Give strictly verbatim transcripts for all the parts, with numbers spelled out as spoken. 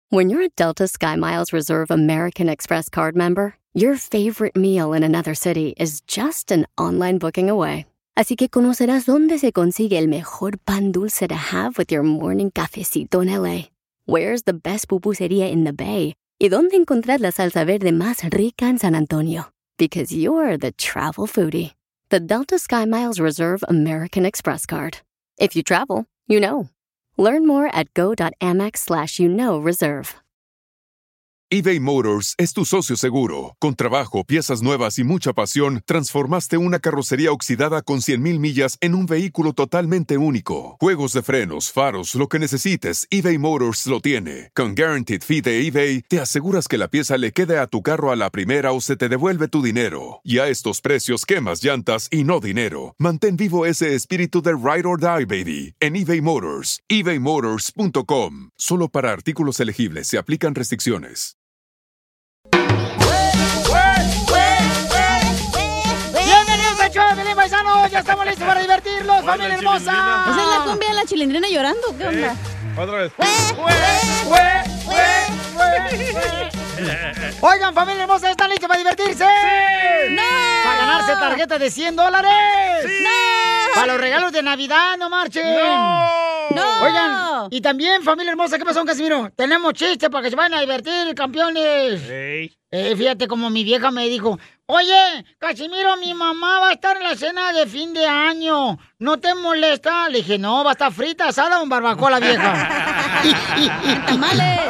When you're a Delta SkyMiles Reserve American Express card member, your favorite meal in another city is just an online booking away. Así que conocerás dónde se consigue el mejor pan dulce to have with your morning cafecito en L A. Where's the best pupusería in the Bay? Y dónde encontrar la salsa verde más rica en San Antonio. Because you're the travel foodie. The Delta SkyMiles Reserve American Express card. If you travel, you know. Learn more at go.amex slash you know reserve. eBay Motors es tu socio seguro. Con trabajo, piezas nuevas y mucha pasión, transformaste una carrocería oxidada con cien mil millas en un vehículo totalmente único. Juegos de frenos, faros, lo que necesites, eBay Motors lo tiene. Con Guaranteed Fee de eBay, te aseguras que la pieza le quede a tu carro a la primera o se te devuelve tu dinero. Y a estos precios, quemas llantas y no dinero. Mantén vivo ese espíritu de Ride or Die, baby, en eBay Motors. ebay motors punto com. Solo para artículos elegibles se aplican restricciones. ¡Bienvenidos al show de Pelín, paisanos! ¡Ya estamos listos para divertirlos, familia hermosa! ¿Esa es la cumbia de la Chilindrina llorando? ¿Qué onda? Eh, otra vez. Oigan, familia hermosa, ¿están listos para divertirse? ¡Sí! ¡No! ¿Para ganarse tarjeta de cien dólares? ¡Sí! ¡No! ¡Para los regalos de Navidad, no marchen! ¡No! ¡No! Oigan, y también, familia hermosa, ¿qué pasó, Casimiro? Tenemos chistes para que se vayan a divertir, campeones. Hey. Eh, fíjate como mi vieja me dijo, oye, Casimiro, mi mamá va a estar en la cena de fin de año, ¿no te molesta? Le dije, no, va a estar frita, asada o en barbacoa la vieja. ¡Tamales!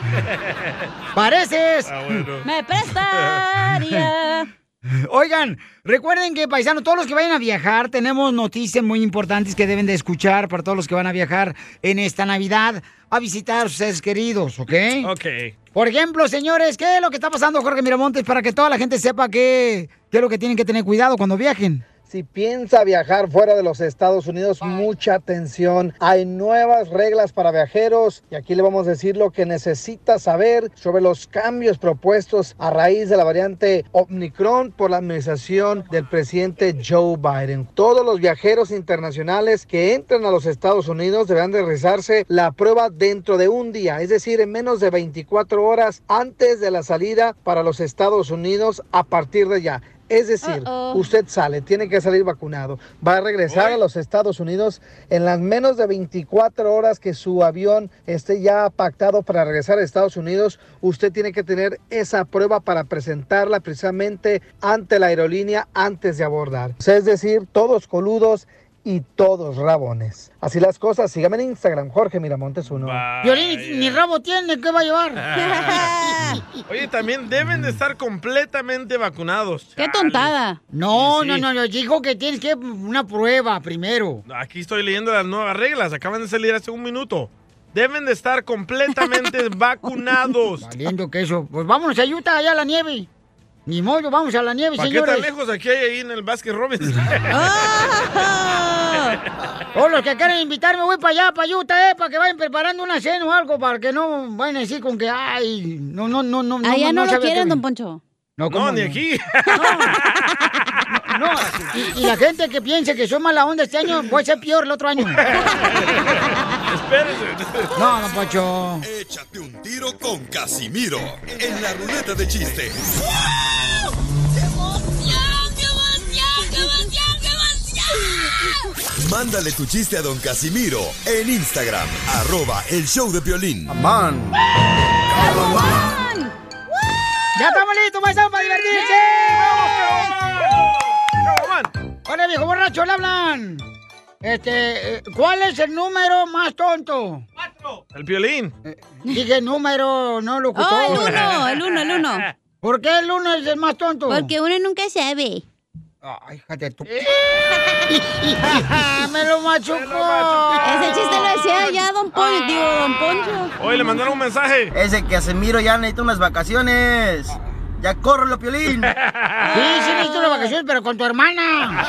¡Pareces! Ah, bueno. ¡Me prestaría! Oigan, recuerden que, paisanos, todos los que vayan a viajar, tenemos noticias muy importantes que deben de escuchar para todos los que van a viajar en esta Navidad a visitar a sus seres queridos, ¿ok? Ok. Por ejemplo, señores, ¿qué es lo que está pasando, Jorge Miramontes, para que toda la gente sepa qué, qué es lo que tienen que tener cuidado cuando viajen? Si piensa viajar fuera de los Estados Unidos, mucha atención. Hay nuevas reglas para viajeros y aquí le vamos a decir lo que necesita saber sobre los cambios propuestos a raíz de la variante Omicron por la administración del presidente Joe Biden. Todos los viajeros internacionales que entran a los Estados Unidos deberán de realizarse la prueba dentro de un día, es decir, en menos de veinticuatro horas antes de la salida para los Estados Unidos a partir de ya. Es decir, Uh-oh. usted sale, tiene que salir vacunado, va a regresar Uy. a los Estados Unidos en las menos de veinticuatro horas que su avión esté ya pactado para regresar a Estados Unidos. Usted tiene que tener esa prueba para presentarla precisamente ante la aerolínea antes de abordar. Es decir, todos coludos y todos rabones. Así las cosas, sígame en Instagram, Jorge Miramontes uno. Violín, ni, ni rabo tiene, ¿qué va a llevar? Oye, también deben de estar completamente vacunados. ¡Qué tontada! No, Sí, no, sí. no, no, dijo que tienes que una prueba primero. Aquí estoy leyendo las nuevas reglas. Acaban de salir hace un minuto. Deben de estar completamente vacunados. Valiendo que eso. Pues vámonos a Utah, allá a la nieve. Ni modo, vamos a la nieve, ¿Para qué señores. tan lejos? Aquí hay ahí en el Basket Robbins. O los que quieren invitarme, voy para allá, para Utah, eh, para que vayan preparando una cena o algo, para que no vayan a decir con que, ay, no, no, no, no. Allá no, lo sabe quieren, qué- don Poncho. No, ¿cómo No, ni aquí. No, y, y la gente que piense que soy mala onda este año, voy a ser peor el otro año. Espérense. No, don Poncho. Échate un tiro con Casimiro en la ruleta de chistes. Mándale tu chiste a don Casimiro en Instagram, arroba el show de Piolín. Man. ¡Ya estamos listos, paisanos, para divertirse! ¡Vamos! Hola, viejo borracho, le hablan. Este, eh, ¿cuál es el número más tonto? El Piolín. Eh, dije número, no locutor. ¡Oh, el uno! El uno, el uno. ¿Por qué el uno es el más tonto? Porque uno nunca sabe. Ay, híjate tú. ¡Me lo machucó! Ese chiste lo decía ya don Poncho, digo, don Poncho. Oye, le mandaron un mensaje. Ese Casimiro ya necesita unas vacaciones. Ya córrelo, Piolín. Sí, sí necesito una vacación, pero con tu hermana.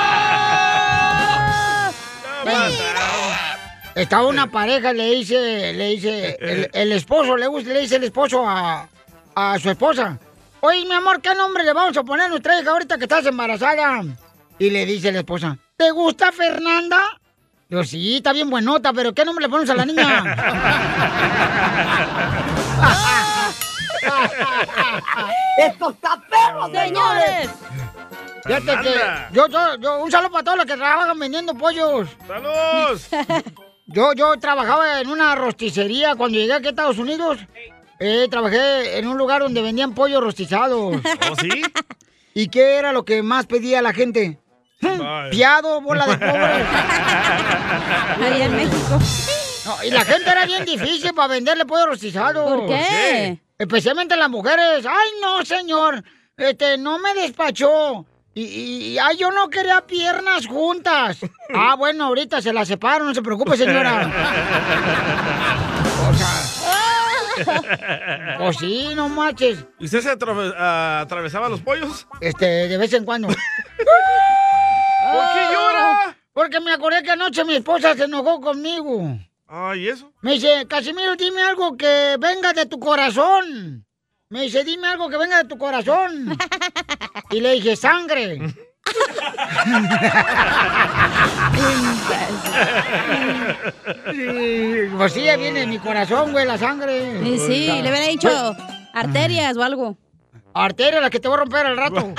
Estaba una pareja, le dice, le dice, el, el esposo, le, gusta- le dice el esposo a, a su esposa. Oye, mi amor, ¿qué nombre le vamos a poner a nuestra hija ahorita que estás embarazada? Y le dice la esposa, ¿te gusta Fernanda? Yo, sí, está bien buenota, pero ¿qué nombre le ponemos a la niña? ¡Esto está perro, señores! Fíjate que yo, yo, yo, un saludo para todos los que trabajan vendiendo pollos. ¡Saludos! Yo, yo trabajaba en una rosticería cuando llegué aquí a Estados Unidos. Eh, trabajé en un lugar donde vendían pollos rostizados. ¿Oh, sí? ¿Y qué era lo que más pedía la gente? Bye. Piado, bola de pobres. Allá en México. No, y la gente era bien difícil para venderle pollo rostizado. ¿Por qué? Especialmente las mujeres. Ay, no, señor. Este, no me despachó. Y, y, y, ay, yo no quería piernas juntas. Ah, bueno, ahorita se las separo, no se preocupe, señora. O sea... Pues sí, no marches. ¿Y usted se atrave- uh, atravesaba los pollos? Este, de vez en cuando. ¿Por qué llora? Porque me acordé que anoche mi esposa se enojó conmigo. Ah, ¿y eso? Me dice, Casimiro, dime algo que venga de tu corazón. Me dice, dime algo que venga de tu corazón. Y le dije, sangre. Sí, pues sí, ya viene de mi corazón, güey, la sangre. Sí, sí, le hubiera dicho arterias o algo. Arteria, la que te voy a romper al rato.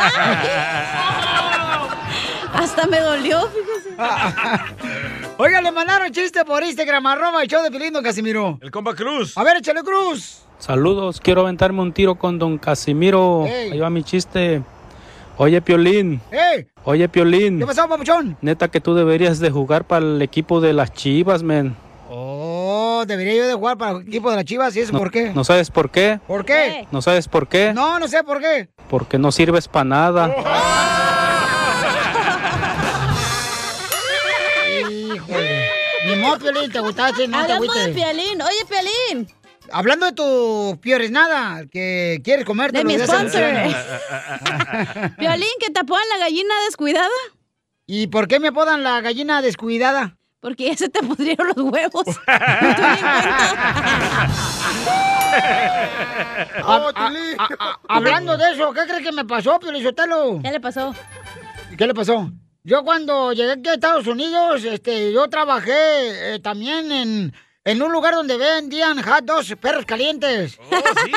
Hasta me dolió, fíjese. Oiga, le mandaron chiste por Instagram, arroba el show de Pilín, don Casimiro. El compa Cruz. A ver, échale, Cruz. Saludos, quiero aventarme un tiro con don Casimiro. Hey. Ahí va mi chiste. Oye, Piolín. ¡Ey! Oye, Piolín. ¿Qué pasó, papuchón? Neta que tú deberías de jugar para el equipo de las Chivas, men. Oh, debería yo de jugar para el equipo de las Chivas, ¿y eso no, por qué? ¿No sabes por qué? ¿Por qué? ¿No sabes por qué? No, no sé por qué. Porque no sirves para nada. Híjole. Ni modo, Piolín, te gustaste, no te Hablando de agüites. Piolín. Oye, Piolín. Hablando de tu piores nada, que quieres comerte. De mi sponsor. Piolín, Piolín, que te apodan la gallina descuidada. ¿y por qué me apodan la gallina descuidada? Porque ya se te pudrieron los huevos. A- a- a- a- hablando de eso, ¿qué crees que me pasó, Piolín Sotelo? ¿Qué le pasó? ¿Qué le pasó? Yo cuando llegué aquí a Estados Unidos, este, yo trabajé eh, también en, en un lugar donde vendían hot dogs, perros calientes. Oh, ¿sí?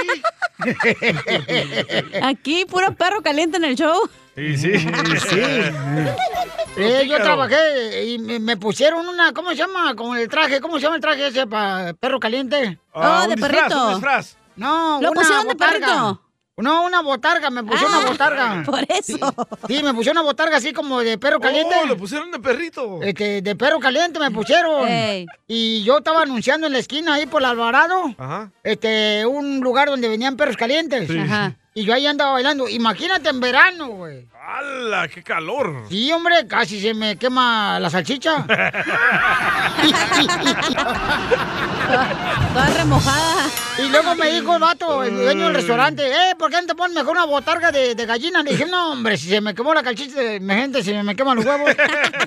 Aquí, puro perro caliente en el show. Sí, sí. Sí. Eh, yo trabajé y me, me pusieron una, ¿cómo se llama? Como el traje, ¿cómo se llama el traje ese para perro caliente? Ah, Oh, un de disfraz, perrito. un disfraz. No, ¿Lo una pusieron de botarga. perrito? No, una botarga, me pusieron Ah, una botarga. por eso. Sí, me pusieron una botarga así como de perro caliente. Oh, lo pusieron de perrito. Este, de perro caliente me pusieron. Ey. Y yo estaba anunciando en la esquina ahí por el Alvarado, Ajá. este, un lugar donde venían perros calientes. Sí. Ajá. Y yo ahí andaba bailando. Imagínate en verano, güey. ¡Hala, qué calor! Sí, hombre, casi se me quema la salchicha. Toda remojada. Y luego me dijo el vato, el dueño del restaurante, eh, ¿por qué no te pones mejor una botarga de, de gallina? Le dije, no, hombre, si se me quemó la salchicha, mi gente, si me queman los huevos.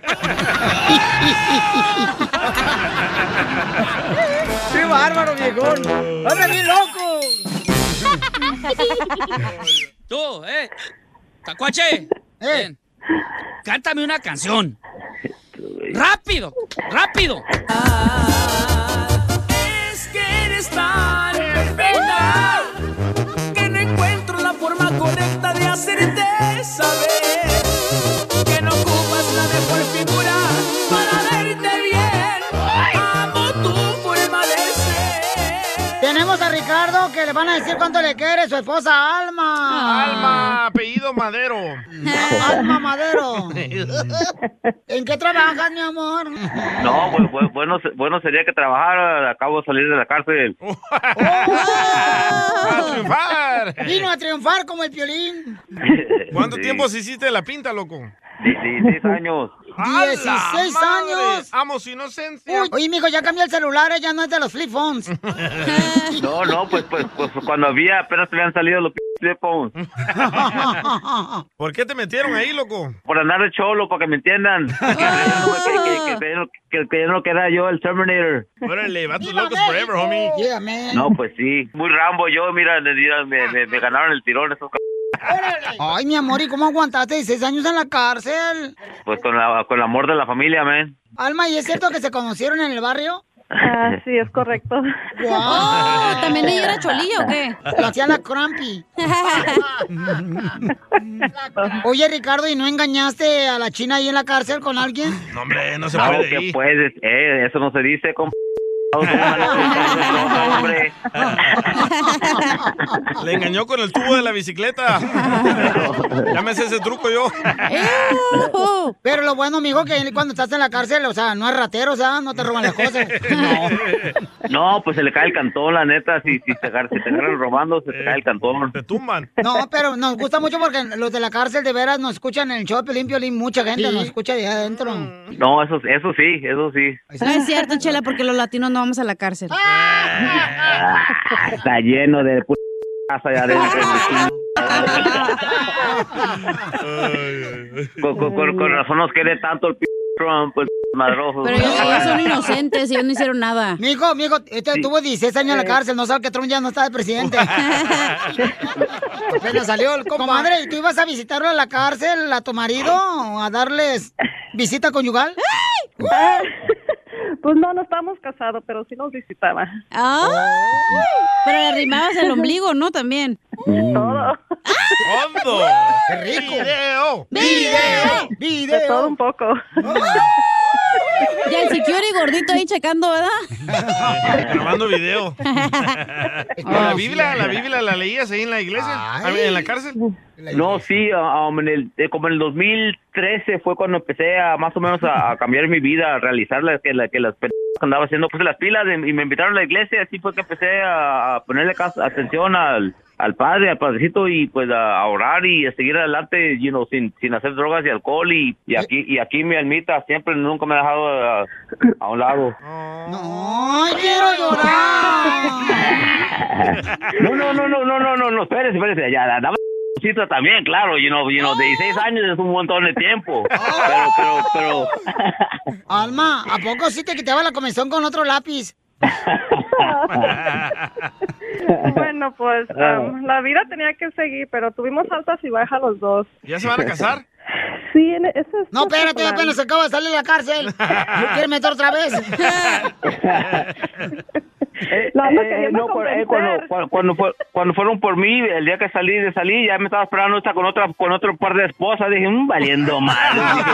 ¡Qué bárbaro, viejón! ¡Anda bien loco! Tú, eh. Tacuache. Eh. Cántame una canción. Rápido, rápido. Es que eres tan perfecta que no encuentro la forma correcta de hacerte saber que no ocupas la mejor figura para verte bien. Amo tu forma de ser. Tenemos a Ricardo que le van a decir cuánto le quiere su esposa Alma. Alma, apellido Madero. Alma Madero. ¿En qué trabajas, mi amor? No, bu- bu- bueno, se- bueno sería que trabajara, acabo de salir de la cárcel. ¡A triunfar! Vino a triunfar como el Piolín. ¿Cuánto Sí. tiempo se hiciste la pinta, loco? dieciséis años. dieciséis ¡A la madre! años. ¡Amo su inocencia! Uy, oye, mijo, ya cambió el celular, eh, ya no es de los flip phones. No, no, pues, pues, pues cuando había apenas te habían salido los p phones. ¿Por qué te metieron ahí, loco? Por andar de cholo, para que me entiendan. Que, que, que, que, que, que no queda yo el Terminator. Órale, vatos ¡Viva locos forever, México! homie. Yeah, man. No, pues sí. Muy Rambo yo, mira, me, mira, me, me, me ganaron el tirón esos c... Ay, mi amor, ¿y cómo aguantaste dieciséis años en la cárcel? Pues con, la, con el amor de la familia, man. Alma, ¿y es cierto que se conocieron en el barrio? Ah, sí, es correcto. Oh, ¿también ella era cholilla o qué? Lo hacía la Crumpy. Oye, Ricardo, ¿y no engañaste a la China ahí en la cárcel con alguien? No, hombre, no se Claro puede que ir. puedes, eh, eso no se dice, comp... hombre. Le engañó con el tubo de la bicicleta. Ya me sé ese truco yo. Pero lo bueno, mijo, que cuando estás en la cárcel, o sea, no es ratero, o sea, no te roban las cosas. No, pues se le cae el cantón, la neta. Si, si, te, agar- si te agarran robando, se te cae el cantón. Te tumban. No, pero nos gusta mucho porque los de la cárcel de veras nos escuchan en el show de Piolín, Piolín, mucha gente Sí. nos escucha de adentro. No, eso, eso sí, eso sí. No es cierto, Chela, porque los latinos no vamos a la cárcel. Ah, está lleno de p*** casa allá adentro. con, con, con, con razón nos quiere tanto el p*** Trump, el p*** madroso. Pero ellos, ellos son inocentes, ellos no hicieron nada. Mijo, mijo, este Sí. tuvo dieciséis años en la cárcel, no sabe que Trump ya no está de presidente. Apenas salió el compa. Comadre, ¿y tú ibas a visitarlo a la cárcel, a tu marido, o a darles visita conyugal? Pues no, no estábamos casados, pero sí nos visitaba. Ay, pero le arrimabas el ombligo, ¿no? También. Todo. ¡Hondo! ¡Qué rico! ¡Video! ¡Video! ¡Video! De todo un poco. Y el security gordito ahí checando, ¿verdad? Grabando video. ¿La Biblia, la Biblia la leías ahí en la iglesia? Ay. ¿En la cárcel? No, sí, um, en el, eh, como en el dos mil trece fue cuando empecé a más o menos a, a cambiar mi vida, a realizar las que, la, que las p- que andaba haciendo pues las pilas de- y me invitaron a la iglesia, así fue que empecé a, a ponerle cas- atención al, al padre, al padrecito y pues a, a orar y a seguir adelante, you know, sin, sin hacer drogas y alcohol y, y aquí y aquí mi almita siempre nunca me ha dejado a, a un lado. ¡No, quiero llorar! No, no, no, no, no, no, no, no, espérese, espérese, ya, dame cita también, claro, you know, you know, de dieciséis años es un montón de tiempo, pero, pero, pero... Alma, ¿a poco sí te quitaba la comezón con otro lápiz? Bueno, pues um, la vida tenía que seguir, pero tuvimos altas y bajas los dos. ¿Ya se van a casar? Sí, en- eso es... No, espérate, apenas se acaba de salir de la cárcel. ¿Me quiere meter otra vez? Eh, La ando eh, queriendo no, cu- eh, convencer. cuando, cuando, cuando, fue- cuando fueron por mí, el día que salí de salir, ya me estaba esperando esta con otra con otro par de esposas. Dije, mmm, valiendo mal.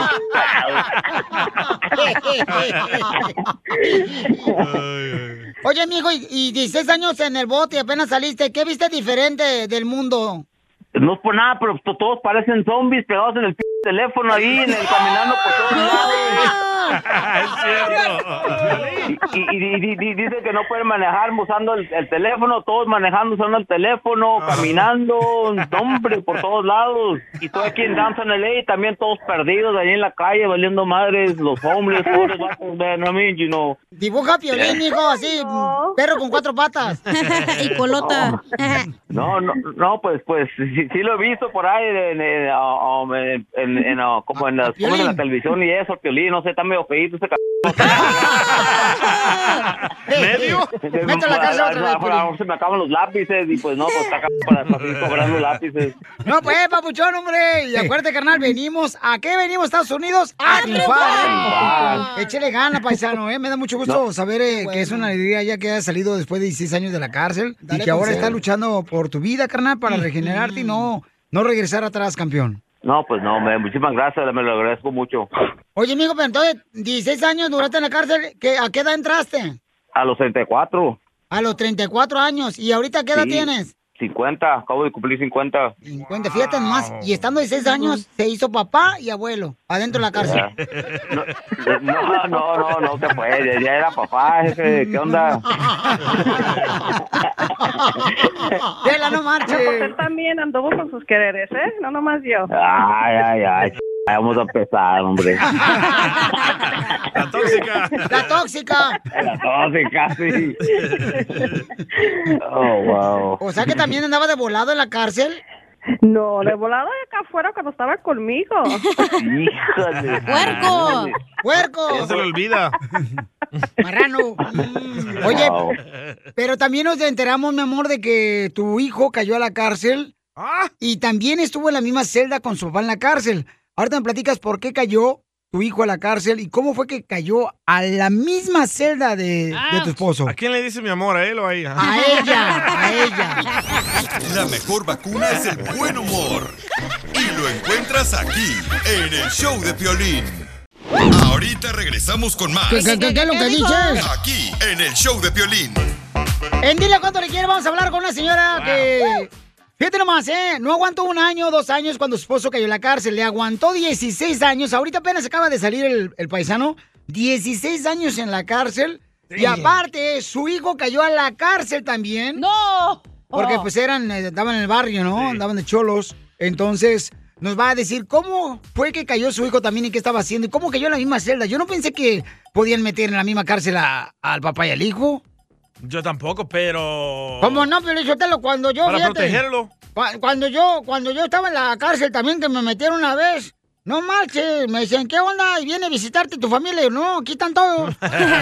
Oye, mijo, y, y dieciséis años en el bote y apenas saliste, ¿qué viste diferente del mundo? No es por nada, pero to- todos parecen zombies pegados en el p teléfono ahí, en el, caminando por todos lados. Es cierto. Y, y, y- y- y dice que no pueden manejar usando el, el teléfono, todos manejando usando el teléfono, caminando, hombre, por todos lados. Y estoy aquí en Downtown L A, también todos perdidos ahí en la calle, valiendo madres, los hombres, pobres vatos, man, I mean, you know. Dibuja Piolín, mijo, así, perro con cuatro patas. Y colota. No, no, no, pues, pues, sí, sí lo he visto por ahí, en, en, uh, um, en, en, en, uh, como en, las, como en la televisión y eso, Piolín, no sé, está medio feíto ese c******. ¿Medio? Vete a la casa otra vez, Piolín. Se me acaban los lápices y pues no, pues está acá para, para seguir cobrando lápices. No, pues, papuchón, hombre. Y acuérdate, carnal, venimos, ¿a qué venimos, Estados Unidos? ¡A triunfar! Échele gana, paisano, ¿eh? Me da mucho gusto No. saber eh, que es una alegría ya que has salido después de dieciséis años de la cárcel Dale y que ahora consejo. estás luchando por tu vida, carnal, para regenerarte y no, no regresar atrás, campeón. No, pues no, me, muchísimas gracias, me lo agradezco mucho. Oye, amigo, pero entonces, dieciséis años duraste en la cárcel, ¿qué, ¿a qué edad entraste? A los treinta y cuatro, A los treinta y cuatro años. ¿Y ahorita qué edad Sí. tienes? cincuenta, acabo de cumplir cincuenta. cincuenta, fíjate nomás. Y estando dieciséis años, se hizo papá y abuelo adentro de la cárcel. No, no, no, no se puede, ya era papá, jefe, ¿qué onda? Vela, no No, marche. pues él también anduvo con sus quereres, ¿eh? No nomás yo. Ay, ay, ay, ch- vamos a empezar, hombre. La tóxica. La tóxica. La tóxica, sí. Oh, wow. O sea que también andaba de volado en la cárcel. No, de volada acá afuera cuando estaba conmigo. Híjole. ¡Puerco! ¡Puerco! No se le olvida. Marrano. Mm. Oye, Wow. pero también nos enteramos, mi amor, de que tu hijo cayó a la cárcel Ah, y también estuvo en la misma celda con su papá en la cárcel. Ahorita me platicas por qué cayó tu hijo a la cárcel y cómo fue que cayó a la misma celda de, de tu esposo. ¿A quién le dice mi amor? ¿A él o a ella? A ella, a ella. La mejor vacuna es el buen humor. Y lo encuentras aquí, en el show de Piolín. Ahorita regresamos con más. ¿Qué, qué, qué, qué es lo que dices? Aquí, en el show de Piolín. En Dile Cuánto Le Quiere vamos a hablar con una señora wow. que... Fíjate nomás, ¿eh? No aguantó un año, dos años cuando su esposo cayó en la cárcel. Le aguantó dieciséis años. Ahorita apenas acaba de salir el, el paisano. dieciséis años en la cárcel. Sí. Y aparte, su hijo cayó a la cárcel también. ¡No! Porque oh. pues eran, andaban en el barrio, ¿no? Sí. Andaban de cholos. Entonces, nos va a decir cómo fue que cayó su hijo también y qué estaba haciendo. Y cómo cayó en la misma celda. Yo no pensé que podían meter en la misma cárcel a, al papá y al hijo. Yo tampoco, pero... ¿Cómo no, Piolichotelo? Cuando yo... Para fíjate, protegerlo. Cu- cuando yo cuando yo estaba en la cárcel también, que me metieron una vez... No marches, me decían, ¿qué onda? Y viene a visitarte tu familia. Y yo, no, aquí están todos.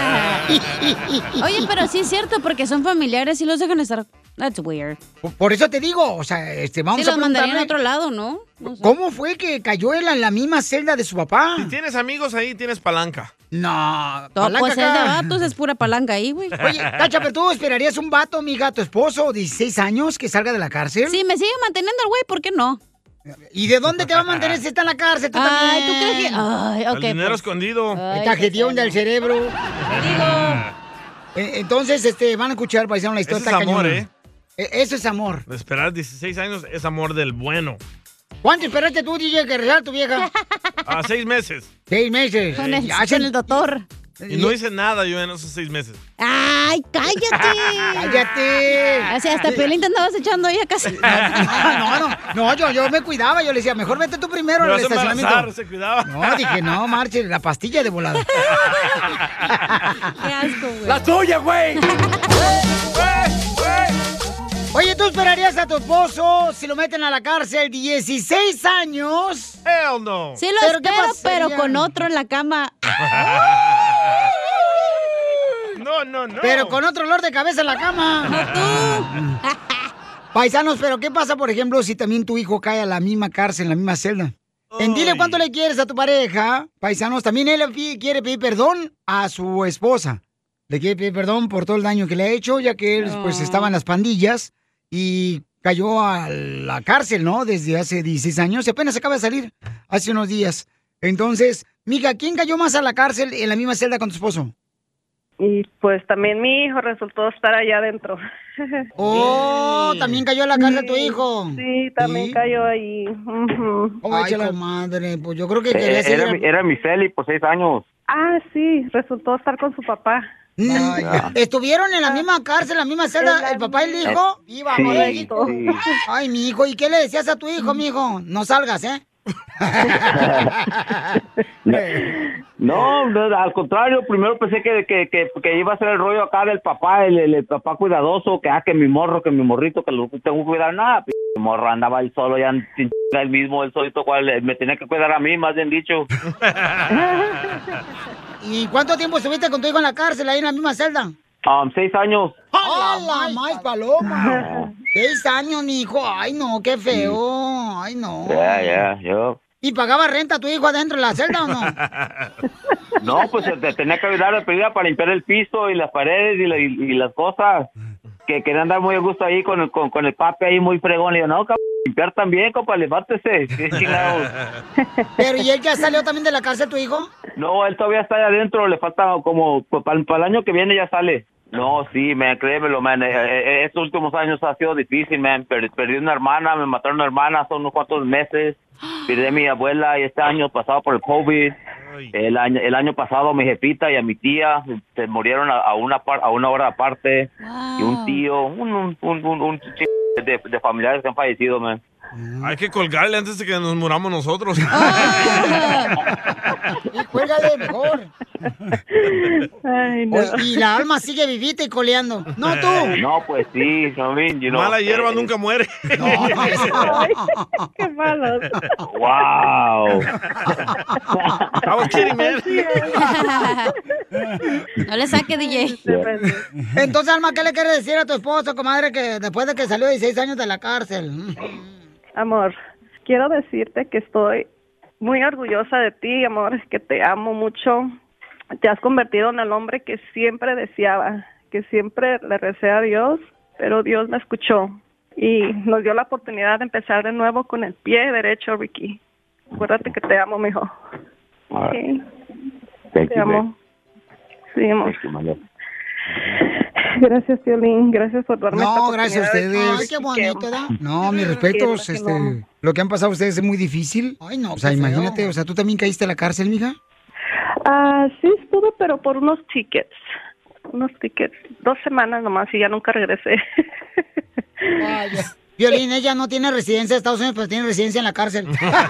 Oye, pero sí es cierto, porque son familiares y los dejan estar... That's weird. Por, por eso te digo, o sea, este, vamos sí, a los mandarían preguntarle... a otro lado, ¿no? no sé. ¿Cómo fue que cayó él en la misma celda de su papá? Si tienes amigos ahí, tienes palanca. No, Todo, palanca pues es de acá. vatos, es pura palanca ahí, güey. Oye, Cacha, pero tú esperarías un vato, mija, tu esposo, dieciséis años, que salga de la cárcel. Sí, me sigue manteniendo el güey, ¿por qué no? ¿Y de dónde te va a mantener si está en la cárcel? Tú Ay, también. ¿tú crees que...? Ay, ok. El dinero pues. escondido. El tajetión del cerebro. Te digo. Eh, Entonces, este, van a escuchar, paisano, la historia. Ese es está amor, cañona. ¿eh? Eh, Eso es amor. De esperar dieciséis años es amor del bueno. ¿Cuánto esperaste tú, D J, que regresara tu vieja? A seis meses. Seis meses. Con el, Ya con se- el doctor. Y no hice nada yo en esos seis meses. ¡Ay, cállate! ¡Cállate! O sea, hasta Piolín te andabas echando ahí a casa. No, no, no, yo, yo me cuidaba. Yo le decía, mejor vete tú primero Me al vas a estacionamiento. embarazar, se cuidaba. No, dije, no, marche, la pastilla de volada. Qué asco, güey. ¡La tuya, güey! Oye, ¿tú esperarías a tu esposo si lo meten a la cárcel dieciséis años? Hell no. Sí lo ¿Pero qué espero, pasaría? pero con otro en la cama. No, no, no. Pero con otro olor de cabeza en la cama. No tú. Paisanos, pero ¿qué pasa, por ejemplo, si también tu hijo cae a la misma cárcel, en la misma celda? En Dile Cuánto Le Quieres a tu pareja, paisanos, también él pi- quiere pedir perdón a su esposa. Le quiere pedir perdón por todo el daño que le ha hecho, ya que él, pues, estaba en las pandillas y cayó a la cárcel, ¿no? Desde hace dieciséis años y apenas acaba de salir hace unos días. Entonces, mija, ¿quién cayó más a la cárcel en la misma celda con tu esposo? Y pues también mi hijo resultó estar allá adentro. Oh, también cayó a la cárcel tu hijo. Sí, también ¿Sí? cayó ahí. Ujú. Ay, comadre, pues yo creo que Eh, quería seguir... era, mi- era mi Feli por seis años. Ah, sí, resultó estar con su papá. Ay, ¿estuvieron en la misma cárcel, en la misma celda, el papá y el hijo? ¡Viva Sí, México! sí. Ay, mi hijo, ¿y qué le decías a tu hijo, mi hijo? No salgas, ¿eh? No, no, al contrario, primero pensé que, que, que, que iba a ser el rollo acá del papá, el, el, el papá cuidadoso, que ah, que mi morro, que mi morrito, que lo tengo que cuidar, nada, p mi morro andaba ahí solo, ya sin ch- él mismo, él solito, cual, me tenía que cuidar a mí, más bien dicho. ¿Y cuánto tiempo estuviste con tu hijo en la cárcel, ahí en la misma celda? Um, seis años. ¡Hola, más paloma! Seis años, mi hijo. Ay, no, qué feo. Ay, no. Ya, ya, yo. ¿Y pagaba renta tu hijo adentro de la celda o no? No, pues te tenía que ayudar a pedir para limpiar el piso y las paredes y, la- y, y las cosas. Que quería andar muy a gusto ahí con el, con, con el papi ahí muy fregón. Le digo, no, cabrón, limpiar también, compa, levántese. ¿Qué chingados? Pero, ¿y él ya salió también de la cárcel, tu hijo? No, él todavía está ahí adentro, le falta como, pues, para, para el año que viene ya sale. No, sí, man, créemelo, man, eh, eh, estos últimos años ha sido difícil, man, Per- perdí una hermana, me mataron una hermana hace unos cuantos meses, perdí a mi abuela y este año pasado por el COVID, el año, el año pasado a mi jefita y a mi tía se murieron a, a una par- a una hora aparte, y un tío, un, un, un, un, un ch- de, de familiares que han fallecido, man. Hay que colgarle antes de que nos muramos nosotros. Y cuélgale mejor. Ay, no. Oye, y la alma sigue vivita y coleando. No tú. No, pues sí, I mean, you know, Mala hierba eh, nunca muere. Qué malo. Wow. I was kidding, man. No le saque, D J. Entonces, Alma, ¿qué le quieres decir a tu esposo, comadre, que después de que salió dieciséis años de la cárcel? Amor, quiero decirte que estoy muy orgullosa de ti, amor, que te amo mucho. Te has convertido en el hombre que siempre deseaba, que siempre le recé a Dios, pero Dios me escuchó y nos dio la oportunidad de empezar de nuevo con el pie derecho, Ricky. Acuérdate que te amo, mijo. Okay. Thank Te you, amo. Sí, amor. Thank you, my love. Gracias, Piolín. Gracias por darme esta No, oportunidad. gracias a ustedes. Ay, qué bonito, ¿verdad? No, mis respetos, Que no, este, lo que han pasado ustedes es muy difícil. Ay, no. O sea, qué feo. imagínate, o sea, ¿tú también caíste a la cárcel, mija? Ah, sí estuve, pero por unos tickets. Unos tickets. Dos semanas nomás y ya nunca regresé. Vaya. Violín, ella no tiene residencia en Estados Unidos, pero tiene residencia en la cárcel.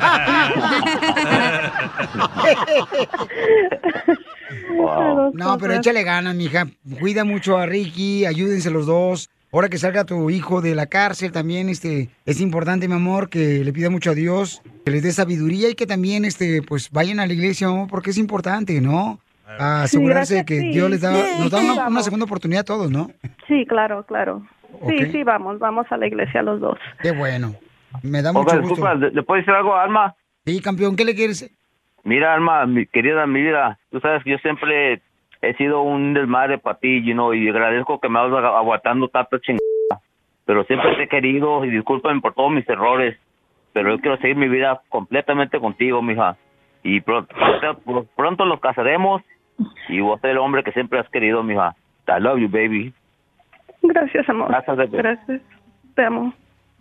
Wow. No, pero échale ganas, mija. Cuida mucho a Ricky, ayúdense los dos. Ahora que salga tu hijo de la cárcel también, este, es importante, mi amor, que le pida mucho a Dios, que les dé sabiduría y que también, este, pues, vayan a la iglesia, amor, porque es importante, ¿no? A asegurarse de que sí. Dios les da, nos da Sí, una, una vamos. segunda oportunidad a todos, ¿no? Sí, claro, claro. Sí, Ok. sí, vamos, vamos a la iglesia los dos. Qué bueno. Me da Oiga, mucho gusto. disculpa, ¿le, le puedo decir algo a Alma? Sí, campeón, ¿qué le quieres? Mira, Alma, mi querida, mi vida, tú sabes que yo siempre he sido un desmadre para ti, you know, y agradezco que me vas agu- aguantando tanta chingada. Pero siempre te he querido y discúlpame por todos mis errores. Pero yo quiero seguir mi vida completamente contigo, mija. Y pronto, pronto, pronto los casaremos y voy a ser el hombre que siempre has querido, mija. I love you, baby. Gracias, amor. Gracias, bebé. Gracias. Te amo.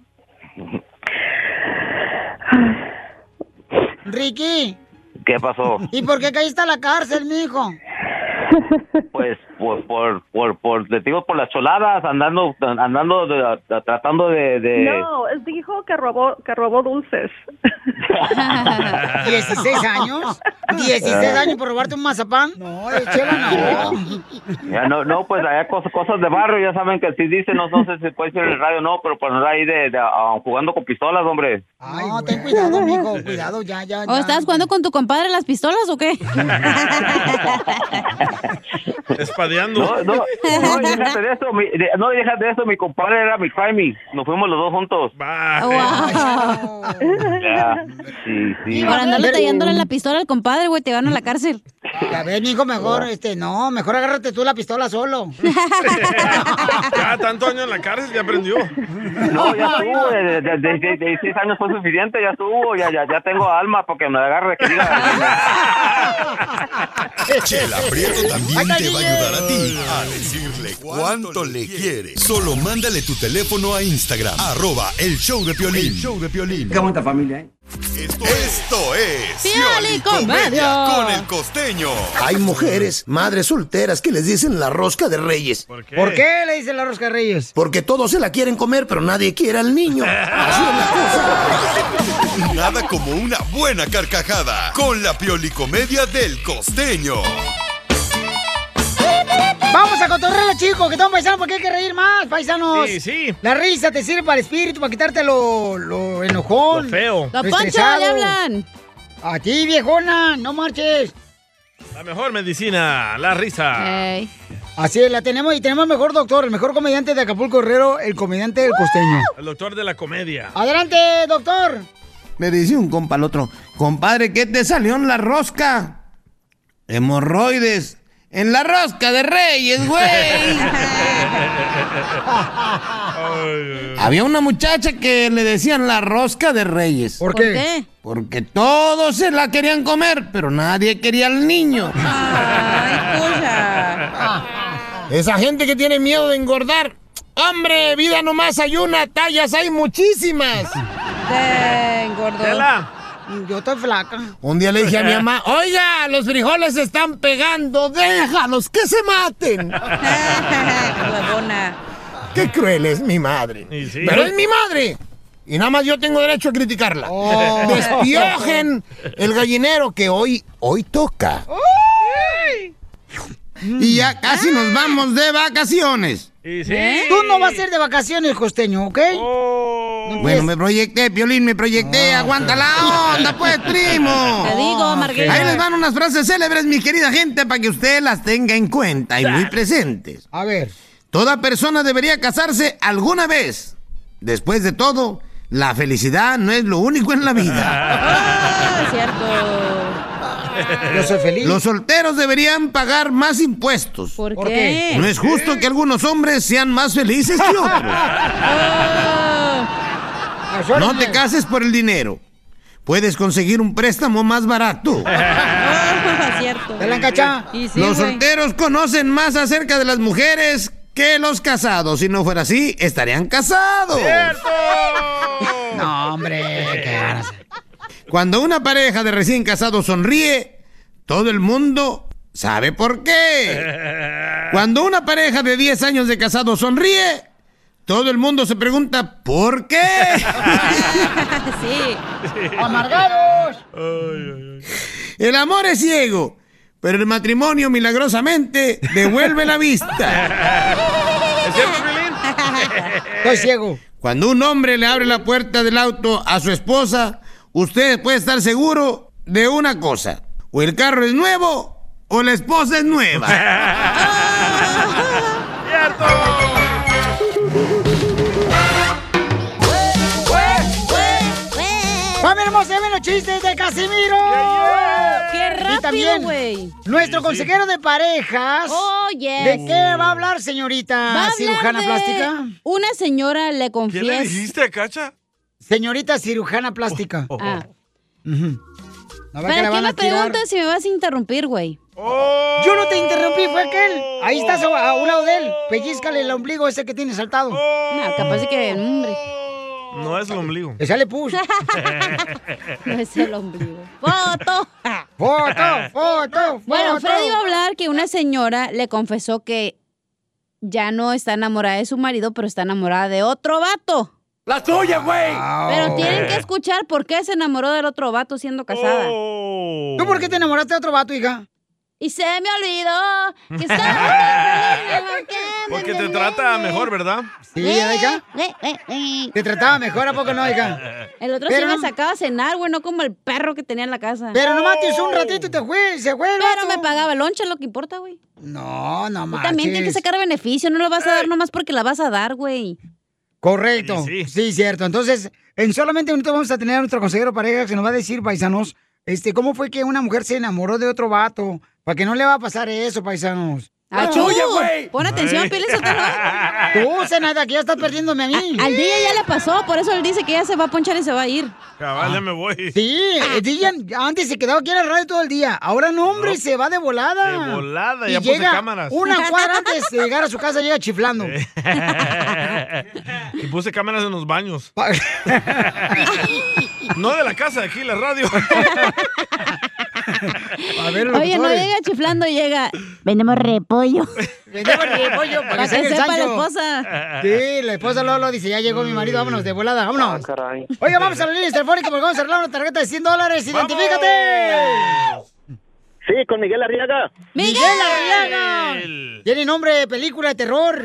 Ricky, ¿Qué pasó? ¿y por qué caíste a la cárcel, mijo? Pues por, por, por, por, te digo, por las choladas, andando, andando, de- de- tratando de, de... No, él dijo que robó, que robó dulces. ¿dieciséis años? ¿dieciséis años por robarte un mazapán? No, échalo, no. Ya no, no, pues hay cosas, cosas de barrio, ya saben que si dicen, no, no sé si puede ser en el radio o no, pero por andar ahí de, de, ah, jugando con pistolas, hombre. No, ten cuidado, mijo, cuidado, ya, ya, ¿O ya. estabas jugando con tu compadre las pistolas o qué? Espadeando. No, no, no, déjate de eso, mi, de- no, déjate de eso, mi compadre era mi crimey, nos fuimos los dos juntos. Ya, sí, sí. Por andarle tallándole la pistola al compadre, güey, te van a la cárcel. Ya ves, mijo, mejor, este, no, mejor agárrate tú la pistola solo. Ya tanto años en la cárcel, ya aprendió. No, ya estuvo, de, de, de, de- de dieciséis años fue suficiente, ya estuvo, ya, ya, ya tengo alma para que me agarre, que diga. Chela Prieto también te va a ayudar a ti a decirle cuánto le quiere. Solo mándale tu teléfono a Instagram, arroba el show de Piolín. El show de Piolín. Qué bonita familia, ¿eh? Esto, esto es Pioli Comedia Comedia. con el Costeño. Hay mujeres, madres solteras, que les dicen la rosca de reyes. ¿Por qué? ¿Por qué le dicen la rosca de reyes? Porque todos se la quieren comer, pero nadie quiere al niño. Así es la cosa. Nada como una buena carcajada con la Pioli Comedia del Costeño. Vamos a cotorrear, chicos, que estamos paisanos porque hay que reír más, paisanos. Sí, sí. La risa te sirve para el espíritu, para quitarte lo, lo enojón. Lo feo. Lo Don Poncho, estresado. le hablan. A ti, viejona, no marches. La mejor medicina, la risa. Así es, la tenemos y tenemos el mejor doctor, el mejor comediante de Acapulco Guerrero, el comediante del Costeño. El doctor de la comedia. Adelante, doctor. Me dice un compa al otro, compadre, ¿qué te salió en la rosca? Hemorroides. En la rosca de reyes, güey. Había una muchacha que le decían la rosca de reyes. ¿Por qué? ¿Por qué? Porque todos se la querían comer, pero nadie quería al niño. Esa gente que tiene miedo de engordar. Hombre, vida nomás hay una, tallas hay muchísimas. Engordó. Yo estoy flaca. Un día le dije a mi mamá, oiga, los frijoles se están pegando, déjalos que se maten. Qué cruel es mi madre. sí. Pero es mi madre. Y nada más yo tengo derecho a criticarla. Oh. Despiojen el gallinero que hoy, hoy toca. Y ya casi nos vamos de vacaciones. ¿Eh? Tú no vas a ir de vacaciones, Costeño, ¿ok? Oh. Bueno, me proyecté, Piolín, me proyecté. Aguanta la onda, pues, primo. Te digo, Margarita. Ahí les van unas frases célebres, mi querida gente, para que usted las tenga en cuenta y muy presentes. A ver. Toda persona debería casarse alguna vez. Después de todo, la felicidad no es lo único en la vida. Ah, cierto. Yo soy feliz. Los solteros deberían pagar más impuestos. ¿Por, ¿Por qué? qué? No es justo que algunos hombres sean más felices que otros. No te cases por el dinero. Puedes conseguir un préstamo más barato. Ah, cierto. ¿Te la encachá? Y sí, Los güey. solteros conocen más acerca de las mujeres que los casados. Si no fuera así, estarían casados. ¡Cierto! No, hombre, qué ganas. Cuando una pareja de recién casados sonríe, todo el mundo sabe por qué. Cuando una pareja de diez años de casados sonríe, todo el mundo se pregunta ¿por qué? Sí. ¡Amargados! El amor es ciego, pero el matrimonio milagrosamente devuelve la vista. ¿Es cierto, Piolín? Estoy ciego. Cuando un hombre le abre la puerta del auto a su esposa, usted puede estar seguro de una cosa: o el carro es nuevo o la esposa es nueva. ¡Cierto! ¡Familia hermosa! ¡Ven los chistes de Casimiro! ¡Qué Y rápido, también güey! nuestro consejero de parejas. Oh, yes. ¿De qué va a hablar, señorita Va a hablar cirujana de- plástica? Una señora le ¿Qué le confiesa... dijiste, Cacha? Señorita cirujana plástica. Ah. Ujú. No ve que ¿Para le qué van a me tirar. preguntas si me vas a interrumpir, güey? Yo no te interrumpí, fue aquel. Ahí estás a, a un lado de él. Pellízcale el ombligo ese que tiene saltado. No, capaz de que... Hombre, No es el ombligo. Que sale push. no es el ombligo. ¡Foto! Foto, foto, Bueno, foto. Freddy va a hablar que una señora le confesó que ya no está enamorada de su marido, pero está enamorada de otro vato. ¡La tuya, güey! Pero tienen que escuchar por qué se enamoró del otro vato siendo casada. Oh. ¿Tú por qué te enamoraste de otro vato, hija? Y se me olvidó que estaba... Porque te trata mejor, ¿verdad? Sí, ¿verdad, hija? Te trataba mejor, ¿a poco no, hija? El otro Pero sí me no- sacaba a cenar, güey, no como el perro que tenía en la casa. Pero nomás te hizo un ratito y te fue, se fue el Pero vato. me pagaba el lonche, lo que importa, güey. No, no Tú más. también tienes que sacar beneficio, no lo vas a dar nomás porque la vas a dar, güey. Correcto. Sí, Sí, sí. cierto. Entonces, en solamente un minuto vamos a tener a nuestro consejero pareja que nos va a decir, paisanos, este, cómo fue que una mujer se enamoró de otro vato. Para que no le va a pasar eso, paisanos. ¡Achú! tuya, güey! Pon atención, Piolín Sotelo. Tú, Zenaida, que ya estás perdiéndome a mí. Al día ya le pasó, por eso él dice que ya se va a ponchar y se va a ir. Cabal, ya me voy. Sí, el D J antes se quedaba aquí en la radio todo el día. Ahora no, hombre, No. se va de volada. De volada, Y ya puse llega cámaras. una cuadra antes de llegar a su casa, llega chiflando. Y puse cámaras en los baños. No de la casa, de aquí, la radio. A ver, Oye, no llega chiflando, llega. Vendemos repollo. Vendemos repollo para Para que que salga el sepa la Sancho. esposa. Sí, la esposa Lolo dice, ya llegó mi marido, vámonos de volada, vámonos. Oiga, vamos a la línea telefónica porque vamos a arreglar una tarjeta de cien dólares. ¡Identifícate! Sí, con Miguel Arriaga. ¡Miguel Arriaga! Tiene nombre de película de terror.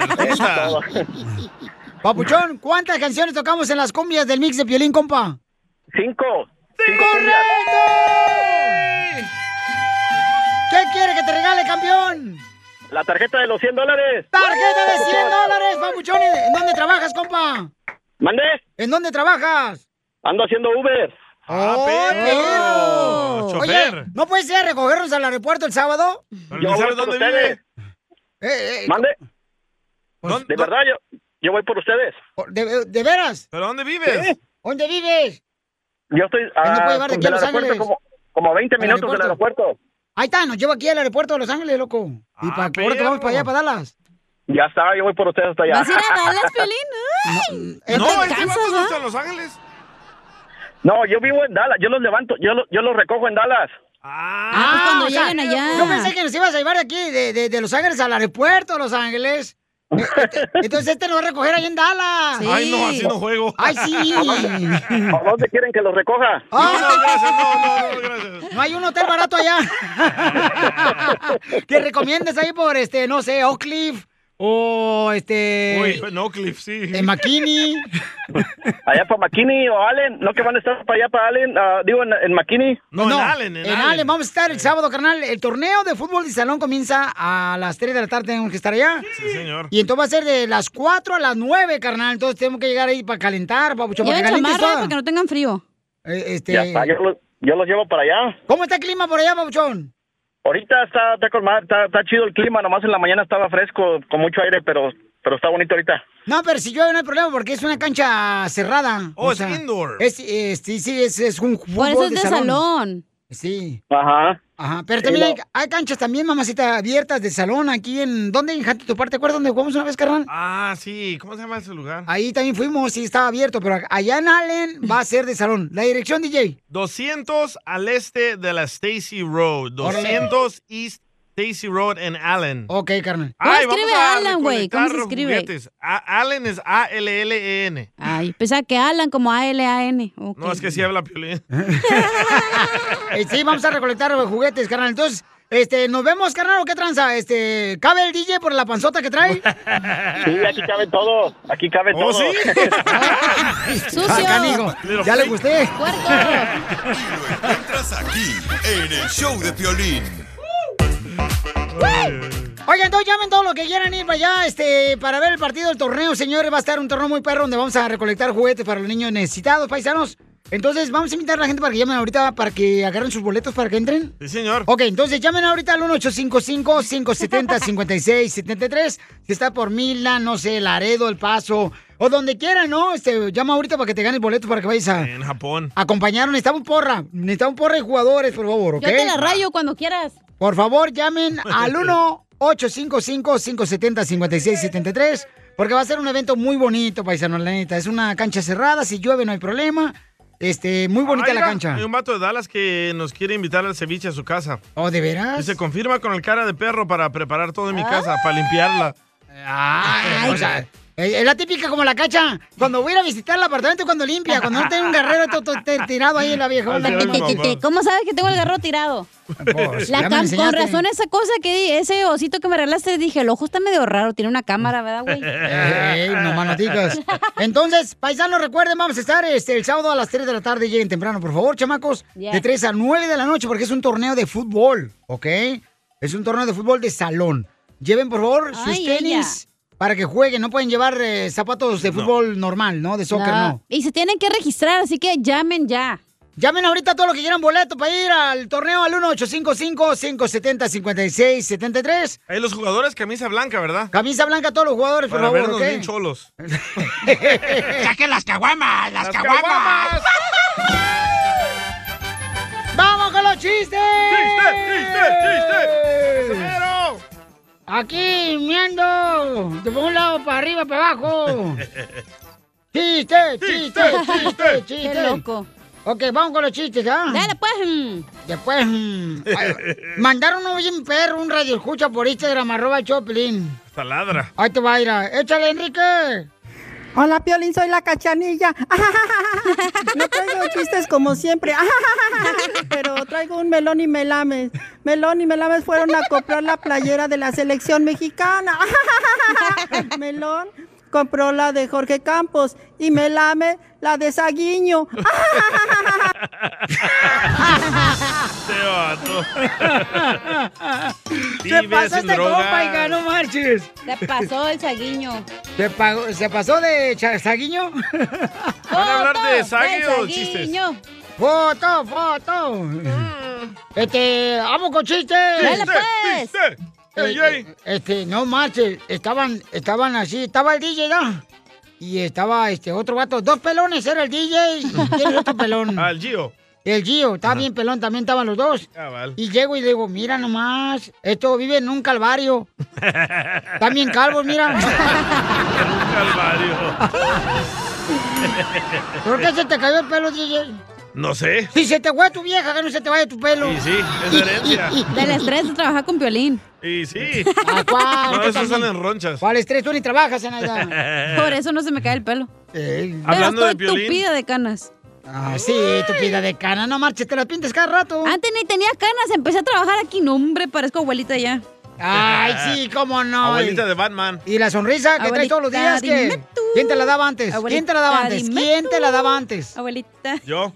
Papuchón, ¿cuántas canciones tocamos en las cumbias del mix de Piolín, compa? Cinco. ¡Correcto! ¿Qué quiere que te regale, campeón? La tarjeta de los cien dólares. ¡Tarjeta de cien dólares, papuchón! ¿En dónde trabajas, compa? ¿Mande? ¿En dónde trabajas? Ando haciendo Uber. ¡Oh, perro! Chofer. Oye, ¿no puedes ir a recogernos al aeropuerto el sábado? Pero no sabes dónde vive. Eh, eh, ¿Mande? ¿Dónde- De verdad, yo, yo voy por ustedes. ¿De, de veras? ¿Pero dónde vives? ¿Dónde vives? Yo estoy Él no puede ah, llevar de aquí del a Los aeropuerto Ángeles. como, como veinte Al minutos del aeropuerto. Ahí está, nos lleva aquí al aeropuerto de Los Ángeles, loco. Y para ahora que vamos para allá, para Dallas. Ya está, yo voy por ustedes hasta allá. ¿Vas a ir a Dallas, Piolín? Ay, Eh, No, te este cansas, vato no ¿ah? está en Los Ángeles. No, yo vivo en Dallas. Yo los levanto, yo, lo- yo los recojo en Dallas. Ah, pues cuando o sea, lleguen allá. Yo pensé que nos ibas a llevar de aquí, de, de, de Los Ángeles al aeropuerto de Los Ángeles. Eh, este- Entonces este nos va a recoger ahí en Dallas. Sí. Ay, no, así no juego. ¡Ay, sí! ¿A dónde quieren que los recoja? ¡Ah! No, gracias, no, no, no, gracias. No hay un hotel barato allá. Que recomiendes ahí por, este, no sé, Oak Cliff O este... Uy, no, Cliff, sí. En McKinney. Allá para McKinney o Allen, ¿no que van a estar para allá para Allen? Uh, digo, en, en McKinney. No, en Allen, en, en Allen. Allen. Vamos a estar el sábado, carnal. El torneo de fútbol de salón comienza a las tres de la tarde, tenemos que estar allá. Sí, señor. Y entonces va a ser de las cuatro a las nueve, carnal. Entonces tenemos que llegar ahí para calentar, papuchón. Lleven Para que calientes chamarra toda. para que no tengan frío. Eh, este... Ya está, yo, lo- yo los llevo para allá. ¿Cómo está el clima por allá, papuchón? Ahorita está, está, con madre, está, está chido el clima, nomás en la mañana estaba fresco, con mucho aire, pero, pero está bonito ahorita. No, pero si llueve no hay problema porque es una cancha cerrada. Oh, es indoor. Es, es- sí, sí, es, es un fútbol Por eso es de salón. Sí. Ajá. Ajá, pero Sí, también no. hay, hay canchas también, mamacita, abiertas de salón aquí en... ¿Dónde? En Huntington Park, ¿te acuerdas dónde jugamos una vez, carnal? Ah, sí. ¿Cómo se llama ese lugar? Ahí también fuimos, sí, estaba abierto, pero allá en Allen va a ser de salón. La dirección, D J. doscientos al este de la Stacy Road. doscientos East Stacy Road en Allen. Ok, carnal. ¿Cómo Ay, escribe vamos a Alan, güey? ¿Cómo se recolectar escribe? juguetes. A- Allen es A L L E N. Ay, pensaba que Alan como A L A N. Ok. No, es que sí habla Piolín. Eh, sí, vamos a recolectar juguetes, carnal. Entonces, este, ¿nos vemos, carnal, o qué tranza? Este, ¿cabe el D J por la panzota que trae? Sí, aquí cabe todo, aquí cabe ¿Oh, todo. sí? ¡Sucio! Acá, amigo. Little Ya le freak. gusté. ¡Puerco! Y lo encuentras aquí, en el show de Piolín. Oigan, entonces llamen todos los que quieran ir para allá, este, para ver el partido del torneo, señores. Va a estar un torneo muy perro donde vamos a recolectar juguetes para los niños necesitados, paisanos. Entonces, vamos a invitar a la gente para que llamen ahorita, para que agarren sus boletos para que entren. Sí, señor. Ok, entonces llamen ahorita al uno ocho cinco cinco, cinco siete cero, cinco seis siete tres. Si está por Mila, no sé, Laredo, El Paso, o donde quiera, ¿no? Este, llama ahorita para que te ganes boletos para que vayas a En Japón. acompañarnos. Necesitamos porra. Necesitamos porra de jugadores, por favor, ¿ok? Yo te la rayo cuando quieras. Por favor, llamen al uno ocho cinco cinco, cinco siete cero, cinco seis siete tres, porque va a ser un evento muy bonito, paisano, la neta. Es una cancha cerrada, si llueve no hay problema. Este, muy bonita Ah, la mira, cancha. Hay un vato de Dallas que nos quiere invitar al ceviche a su casa. ¿Oh, de veras? Y se confirma con el cara de perro para preparar todo en mi casa, para limpiarla. Ay, o sea, es es la típica como la cacha. Cuando voy a ir a visitar el apartamento, cuando limpia, cuando no tiene un guerrero to- to- te- tirado ahí en la viejona. Así es, mamá. ¿Cómo sabes que tengo el garro tirado? Pues, La ya me cam- enseñaste. con razón esa cosa que di- ese osito que me regalaste, dije, el ojo está medio raro, tiene una cámara, ¿verdad, güey? Ey, no más no digas. Entonces, paisanos, recuerden, vamos a estar este, el sábado a las tres de la tarde. Lleguen temprano, por favor, chamacos. Yeah. De tres a nueve de la noche, porque es un torneo de fútbol, ¿ok? Es un torneo de fútbol de salón. Lleven, por favor, sus Ay, tenis para que jueguen. No pueden llevar eh, zapatos de fútbol normal, ¿no? De soccer, no. No. Y se tienen que registrar, así que llamen ya. Llamen ahorita a todos los que quieran boleto para ir al torneo al uno ocho cinco cinco, cinco siete cero, cinco seis siete tres. Ahí los jugadores, camisa blanca, ¿verdad? Camisa blanca a todos los jugadores, por Para favor, vernos ¿ok? bien cholos. ¡Saquen las caguamas! ¡Las, caguamas! ¡Vamos con los chistes! ¡Chiste, chiste, chiste! ¡Cero! Aquí, miando, de por un lado para arriba, para abajo. ¡Chiste, chiste, chiste, chiste! Qué loco. Ok, vamos con los chistes, ¿ah? Dale, pues. mm. Después, mm, ay, mandaron un bien perro, un radio escucha por Instagram, arroba el Choplin. Hasta ladra. Ahí te va a ir a... ¡Échale, Enrique! Hola, Piolín, soy la Cachanilla. No traigo chistes como siempre, pero traigo un Melón y Melames. Melón y Melames fueron a comprar la playera de la selección mexicana. Melón compró la de Jorge Campos y Melame la de Saguiño. Te vato. ¿Qué Vive pasó sin este drogas. compa, hija? No marches. Te pasó el saguiño. ¿Se, pagó- ¿Se pasó de cha- Saguiño? ¿Van a hablar de Foto sague del o chistes? saguiño. ¡Foto, foto! Este, vamos con chistes. Dale, pues. ¡Chiste! Eh, ¡Ey, ey! eh, Este, no marches, estaban, estaban así, estaba el D J, ¿no? Y estaba este otro vato, dos pelones era el D J, ¿quién es otro pelón? Ah, el Gio. El Gio, estaba bien pelón, también estaban los dos. Ah, vale. Y llego y le digo, mira nomás, esto vive en un calvario. Están bien calvos, mira. Calvario. ¿Por qué se te cayó el pelo, D J? No sé. Si se te fue tu vieja, que no se te vaya tu pelo. Y sí, es herencia. Del estrés de trabajar con Piolín. Y sí. ¿A cuál? No, Tú eso también. salen ronchas. ¿Cuál estrés? Tú ni trabajas en allá. Por eso no se me cae el pelo. Eh, Pero Hablando de estoy Piolín. tupida de canas. Ah, sí, tu pida de cana, no marches, te la pintes cada rato. Antes ni tenía canas, empecé a trabajar aquí. No, hombre, parezco abuelita ya. Ay, sí, cómo no. Abuelita de Batman. ¿Y la sonrisa que traes todos los días? Abuelita, ¿Qué? dime tú. ¿Quién te la daba antes? Abuelita, ¿Quién te la daba antes? dime ¿Quién tú. te la daba antes? Abuelita. Yo.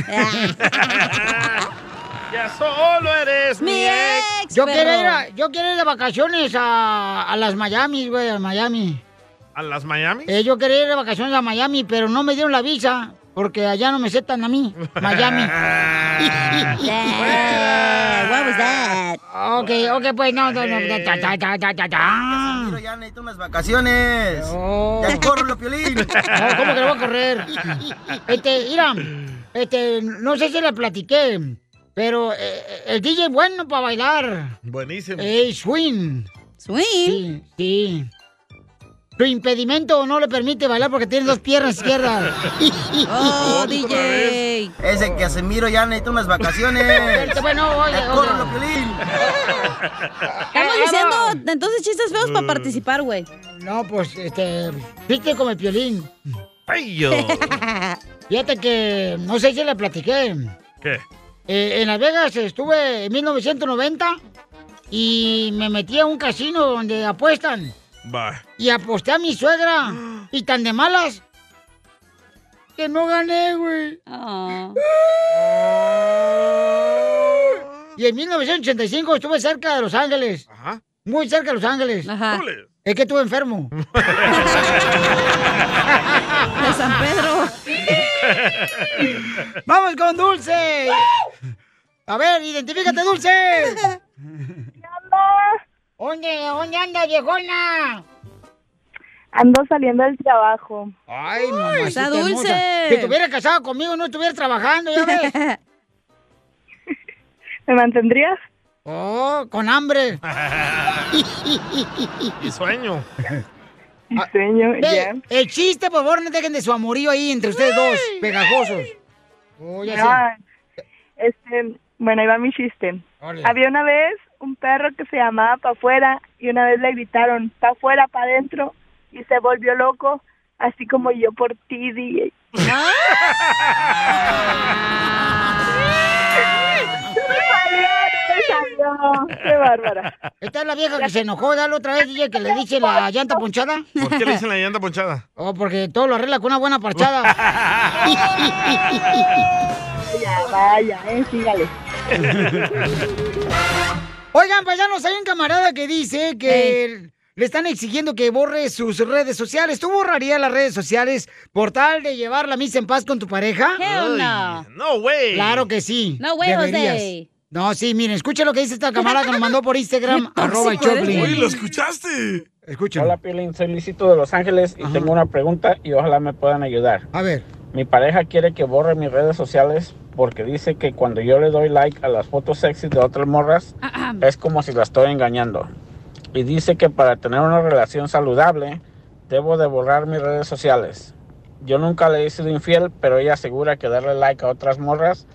Ya solo eres mi ex. Yo quiero ir, a- yo quiero ir de vacaciones a, a las Miami, güey, a Miami. ¿A las Miami? Eh, yo quería ir de vacaciones a Miami, pero no me dieron la visa, porque allá no me aceptan a mí, Miami. What was that? Ok, ok, pues no, no, no, ta, ta, ta, ta, ta, ta. Pero ya necesito unas vacaciones. Oh. Ya córrelo, Piolín. No, ¿cómo que lo voy a correr? Este, mira, este, no sé si le platiqué, pero eh, el D J es bueno para bailar. Buenísimo. Eh, swing. ¿Swing? Sí, sí. Su impedimento no le permite bailar porque tiene dos piernas izquierdas. Oh, D J. Ese Casimiro ya necesita unas vacaciones. Este, bueno, oye, Ya oye. córrelo, Piolín. Estamos diciendo entonces chistes feos para participar, güey. No, pues, este, viste como el Piolín. Ay, yo. Fíjate que, no sé si le platiqué. ¿Qué? Eh, en Las Vegas estuve en mil novecientos noventa y me metí a un casino donde apuestan. Va. Y aposté a mi suegra. Y tan de malas que no gané, güey. Oh. Y en mil novecientos ochenta y cinco estuve cerca de Los Ángeles. Ajá. Muy cerca de Los Ángeles. Ajá. Es que estuve enfermo. De San Pedro. ¡Vamos con Dulce! A ver, identifícate, Dulce. ¿Dónde, dónde anda, viejona? Ando saliendo del trabajo. Ay, mamacita está hermosa. Dulce. Si estuviera casado conmigo, no estuviera trabajando, ya ves. ¿Me mantendrías? Oh, con hambre. Y sueño. Y sueño, Ve, ya. el chiste, por favor, no dejen de su amorío ahí entre ustedes dos, pegajosos. Oh, ya sé. Ah, este, bueno, ahí va mi chiste. Órale. Había una vez un perro que se llamaba Pa' afuera y una vez le gritaron Pa' afuera, pa' adentro y se volvió loco, así como yo por ti, D J. ¡Qué bárbara! Esta es la vieja que se enojó, dale otra vez, D J, que le dice la llanta ponchada. ¿Por qué le dicen la llanta ponchada? Oh, porque todo lo arregla con una buena parchada. Ya, vaya, eh, sígale. Oigan, paisanos, hay un camarada que dice que le están exigiendo que borre sus redes sociales. ¿Tú borrarías las redes sociales por tal de llevar la misa en paz con tu pareja? Hell no. No way. Claro que sí. No way, deberías. José. No, sí, miren, escucha lo que dice esta camarada que nos mandó por Instagram, arroba el Choplin. Uy, ¿lo escuchaste? Escuchen. Hola, Piolín, soy Luisito de Los Ángeles y tengo una pregunta y ojalá me puedan ayudar. A ver. Mi pareja quiere que borre mis redes sociales porque dice que cuando yo le doy like a las fotos sexy de otras morras es como si la estoy engañando. Y dice que para tener una relación saludable debo de borrar mis redes sociales. Yo nunca le he sido infiel, pero ella asegura que darle like a otras morras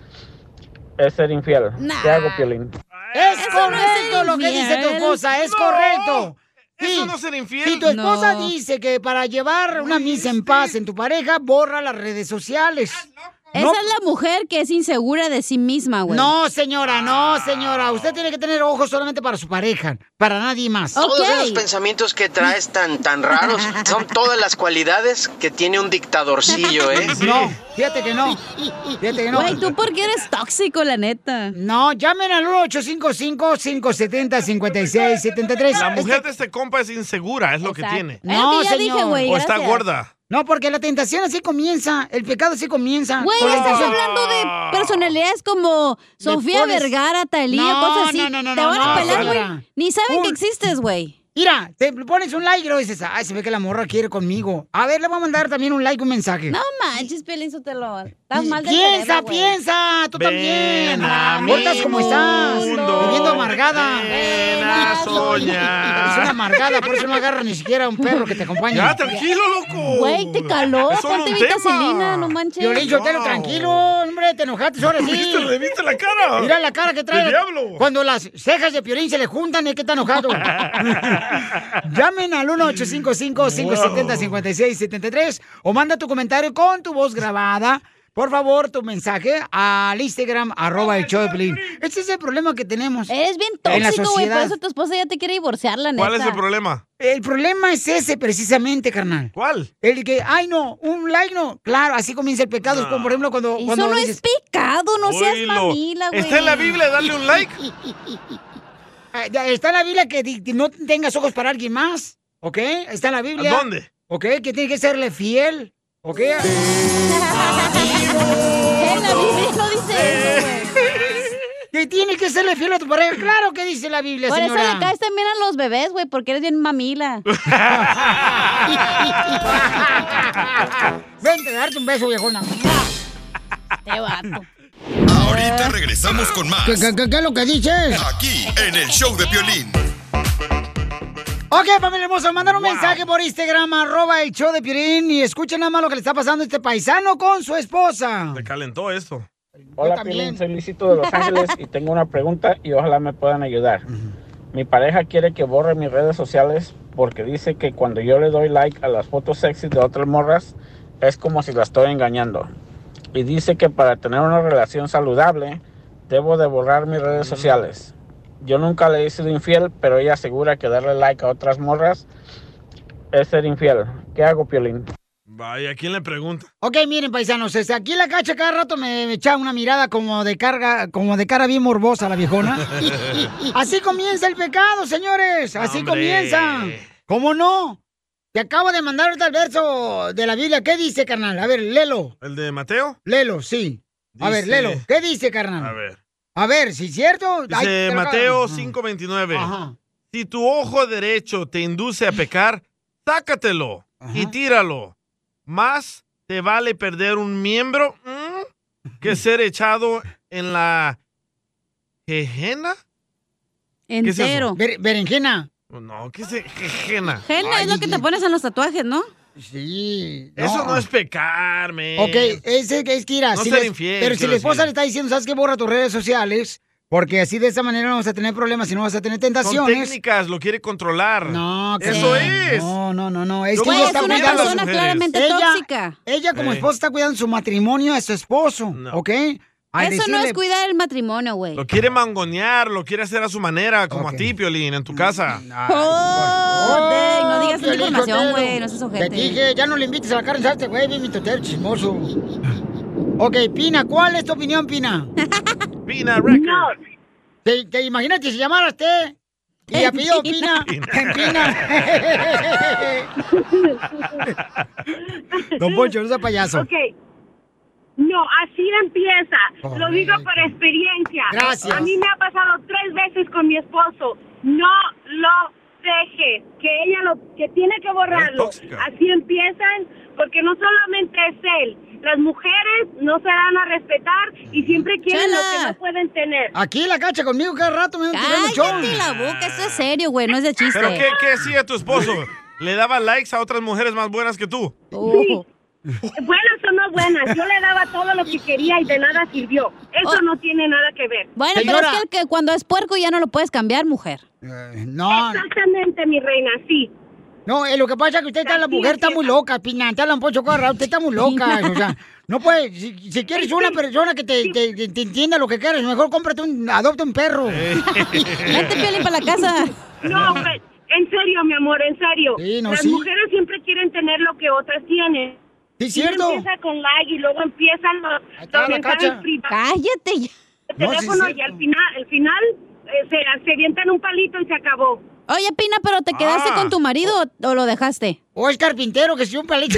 es ser infiel. Nah. ¿Qué hago, Piolín? Es Eso no es correcto ser lo que dice tu infiel. esposa, es No, correcto. Eso no es ser infiel. Si tu esposa No. dice que para llevar una misa en paz en tu pareja, borra las redes sociales. Esa No. es la mujer que es insegura de sí misma, güey. No, señora, no, señora. Usted tiene que tener ojos solamente para su pareja, para nadie más. Ok. Todos esos pensamientos que traes tan, tan raros son todas las cualidades que tiene un dictadorcillo, ¿eh? No, fíjate que no. Fíjate que no. Güey, tú porque eres tóxico, la neta. No, llamen al uno ocho cinco cinco, cinco siete cero, cinco seis siete tres. La mujer de este compa es insegura, es lo que Exacto. tiene. Es lo No, que ya señor. dije, güey, O está gracias. gorda. No, porque la tentación así comienza, el pecado así comienza. Güey, Con la estás intención- hablando de personalidades como Sofía pones- Vergara, Talía, No, cosas así. no, no, no, Te no, van a no, pelar, güey. señora. Ni saben Un- que existes, güey. Mira, te pones un like y luego dices, ay, se ve que la morra quiere conmigo. A ver, le voy a mandar también un like, un mensaje. No manches, Piolín Sotelo. Estás mal de Piensa, cerebro, güey. piensa, tú Ven también. a mi Ahorita como estás, mundo. viviendo amargada. Ven a soñar. Es una amargada, por eso no agarra ni siquiera un perro que te acompañe. Ya, tranquilo, loco. Güey, te caló. Es solo Ponte un vitacilina, tema. no manches. Yo le digo, Wow. tranquilo, hombre, te enojaste ahora sí. ¿Viste, le viste la cara? Mira la cara que trae. El diablo. Cuando las cejas de Piolín se le juntan, es que está enojado. Llamen al uno ocho cinco cinco, cinco siete cero, cinco seis siete tres o manda tu comentario con tu voz grabada por favor, tu mensaje al Instagram, arroba el show de Piolín. Ese es el problema que tenemos. Eres bien en la tóxico, güey. Por sociedad. eso tu esposa ya te quiere divorciar, la neta. ¿Cuál es el problema? El problema es ese precisamente, carnal. ¿Cuál? El que, ay, no, un like no. Claro, así comienza el pecado. Es como, por ejemplo, cuando... Eso cuando no dices, es pecado, no seas Oílo. mamila, güey. ¿Está en la Biblia darle un like? Ah, ya está en la Biblia que di- que no tengas ojos para alguien más, ¿ok? Está en la Biblia. ¿Dónde? ¿Ok? Que tiene que serle fiel, ¿ok? En la Biblia no dice eso, güey. Que tienes que serle fiel a tu pareja. Claro que dice la Biblia, Por eso señora. le caes también a los bebés, güey, porque eres bien mamila. Vente a darte un beso, viejona. Te vato. Ahorita regresamos con más. ¿Qué, qué, qué, qué es lo que dices? Aquí, en el show de Piolín. Ok, familia hermosa, mandar un mensaje por Instagram, arroba el show de Piolín, y escuchen nada más lo que le está pasando a este paisano con su esposa. Se calentó esto. Hola, también. Piolín, soy Luisito de Los Ángeles y tengo una pregunta y ojalá me puedan ayudar. Mi pareja quiere que borre mis redes sociales porque dice que cuando yo le doy like a las fotos sexy de otras morras es como si la estoy engañando. Y dice que para tener una relación saludable debo de borrar mis redes sociales. Yo nunca le he sido infiel, pero ella asegura que darle like a otras morras es ser infiel. ¿Qué hago, Piolín? Vaya, ¿quién le pregunta? Ok, miren, paisanos, este, aquí la Cacha cada rato me, me echa una mirada como de carga, como de cara bien morbosa la viejona. Así comienza el pecado, señores. Así ¡Hombre! comienza. ¿Cómo no? Te acabo de mandar ahorita el verso de la Biblia. ¿Qué dice, carnal? A ver, léelo. ¿El de Mateo? Léelo, sí. A ver, Dice- léelo. ¿Qué dice, carnal? A ver. A ver, si es cierto. Ay, Dice te lo acabo- Mateo Ajá. cinco veintinueve. Ajá. Si tu ojo derecho te induce a pecar, sácatelo y tíralo. Más te vale perder un miembro ¿m? que ser echado en la Gehenna. ¿Qué es eso? Entero. Ber- berenjena. No, ¿qué es Gehenna? Henna es lo que te pones en los tatuajes, ¿no? Sí. Eso no es pecar, me. Ok, ese que es que irá. No si ser les- infiel, Pero si quiero la esposa decir. le está diciendo, ¿sabes qué? Borra tus redes sociales. Porque así de esa manera no vas a tener problemas y no vas a tener Son tentaciones. técnicas, lo quiere controlar. No, que Eso no. es. No, no, no, no. Es Yo que voy ella a está subir a las cuidando. mujeres. claramente ella, tóxica. Ella como Eh. esposa está cuidando su matrimonio a su esposo, ¿ok? Al Eso no decirle- es cuidar el matrimonio, güey. Lo quiere mangonear, lo quiere hacer a su manera, como a ti, Piolín, en tu casa. Oh, dang, no digas esa Piolín información, Sotelo. güey. No seas Te ojete. dije, ya no le invites a la carne, salte, güey, bien mi totero chismoso. Ok, Pina, ¿cuál es tu opinión, Pina? Pina Record. Te, te imaginas que se llamara usted y apellido Pina. Pina. Don Poncho, no sea payaso. Ok. No, así empieza. Lo digo por experiencia. Gracias. A mí me ha pasado tres veces con mi esposo. No lo deje, que ella lo, que tiene que borrarlo. Así empiezan, porque no solamente es él. Las mujeres no se dan a respetar y siempre quieren Chela. lo que no pueden tener. Aquí la Cacha conmigo cada rato me mucho. Cállate la boca, esto es serio, güey, no es de chiste. ¿Pero qué, qué hacía tu esposo? ¿Le daba likes a otras mujeres más buenas que tú? Sí. Buenas o no buenas, yo le daba todo lo que quería y de nada sirvió. Eso no tiene nada que ver. Bueno, pero es que, el que cuando es puerco ya no lo puedes cambiar, mujer. no. Exactamente, mi reina, sí. No, eh, lo que pasa es que usted está, la mujer está muy loca, Pina, te hablan Poncho cada rato, usted está muy loca, o sea, no puede, si, si quieres una persona que te, te, te- te entienda lo que quieres, mejor cómprate un, adopta un perro. Vete, Piolín, para la casa. No, pe- en serio, mi amor, en serio. Sí, no, Las sí. mujeres siempre quieren tener lo que otras tienen. Sí, Siempre cierto. empieza con like y luego empiezan los, está los la mensajes Cacha. privados. Cállate ya. El No, sí, teléfono sí, y al final, al final eh, se, se avientan un palito y se acabó. Oye, Pina, ¿pero te quedaste Ah. con tu marido o, o lo dejaste? O es carpintero que si un palito.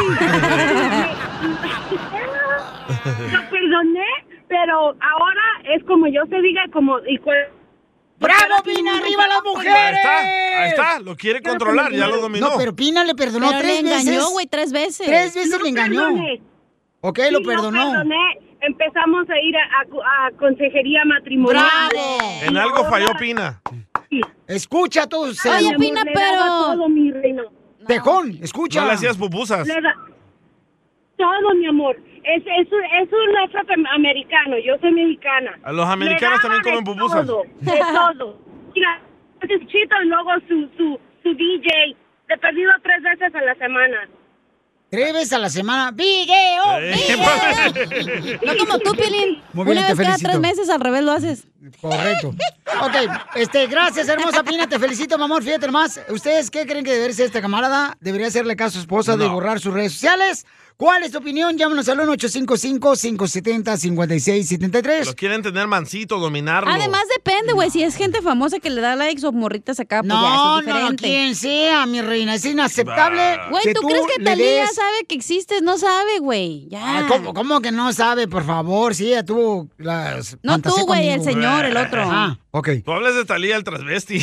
Lo perdoné, pero ahora es como yo se diga, como... Y cu- ¡Bravo, Pina! ¡Arriba las mujeres! Ahí está, ahí está, lo quiere controlar, ya lo dominó. No, pero Pina le perdonó Pero tres le engañó, veces. güey, tres veces. Tres veces No le engañó. perdoné. Ok, Sí, lo no perdonó. perdoné. Empezamos a ir a, a- a consejería matrimonial. ¡Bravo! En algo falló Pina. Escucha tú, se- Oye, Mi amor, Pina, le pero- daba todo, mi reino. Tejón, escucha. No le hacías pupusas. Le da- todo, mi amor. Es, es, un- es un afroamericano. Yo soy mexicana. A los americanos Le daba también comen de pupusas. Todo, de todo. Mira, es chito y luego su, su, su D J. De perdido tres veces a la semana. Tres veces a la semana. ¡Video! ¡Video! No como tú, Piolín. Muy bien, Una te vez cada felicito. tres meses al revés lo haces. Correcto. Ok, este, gracias, hermosa Pina, te felicito, mi amor, fíjate más. ¿Ustedes qué creen que debería ser este camarada? ¿Debería hacerle caso a su esposa de No. borrar sus redes sociales? ¿Cuál es tu opinión? Llámanos al uno ocho cinco cinco, cinco siete cero, cinco seis siete tres. Lo quieren tener mansito, dominarlo. Además depende, güey, si es gente famosa que le da likes o morritas acá, pues ya No, eso es no, diferente. quien sea, mi reina, es inaceptable. Güey, que ¿tú, crees que le Talía des- sabe que existes? No sabe, güey. Ya. Ay, ¿cómo, cómo que no sabe, por favor? Sí, ella tuvo las No fantasía tú, güey, el conmigo. señor, el otro. Ah, ok. Tú hablas de Talía, el transvesti.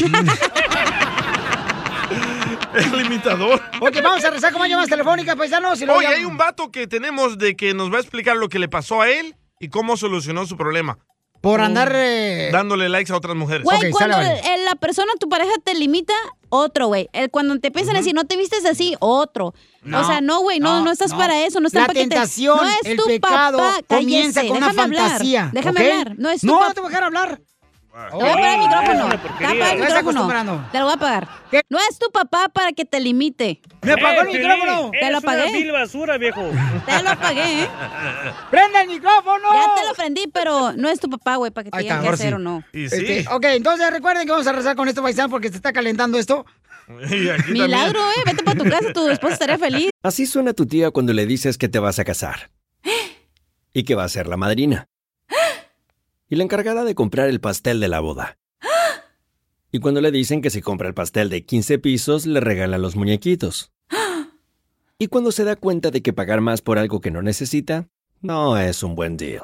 El imitador. Ok, vamos a rezar con más llamadas telefónicas, paisanos. Y luego Oye, ya- hay un vato que tenemos de que nos va a explicar lo que le pasó a él y cómo solucionó su problema. Por andar... eh, Dándole likes a otras mujeres. Güey, cuando el- el- la persona, tu pareja te limita, otro, güey. El- Cuando te piensan así, no te vistes así, otro. No, o sea, no, güey, no, no, no, estás no. para eso, no estás La para que te- tentación, no es el tu pecado papá, comienza cállese, con una déjame hablar, fantasía, Déjame ¿ok? hablar, no es tu No, papá. no te voy a dejar hablar. Te voy a apagar el micrófono. Es una Te voy a porquería. apagar el Ya estás micrófono. acostumbrando. Te lo voy a apagar. No es tu papá para que te limite. ¡Me apagó el Eh, micrófono! Piolín, Te lo eres apagué. una vil basura, viejo. Te lo apagué, ¿eh? ¡Prenda el micrófono! Ya te lo prendí, pero no es tu papá, güey, para que te Ahí digan está, qué ahora hacer sí. o no. Este, ok, entonces recuerden que vamos a rezar con esto, paisano, porque se está calentando esto. Milagro, eh. Vete para tu casa, tu esposa estaría feliz. Así suena tu tía cuando le dices que te vas a casar. Y que va a ser la madrina. Y la encargada de comprar el pastel de la boda. Y cuando le dicen que si compra el pastel de quince pisos, le regalan los muñequitos. Y cuando se da cuenta de que pagar más por algo que no necesita, no es un buen deal.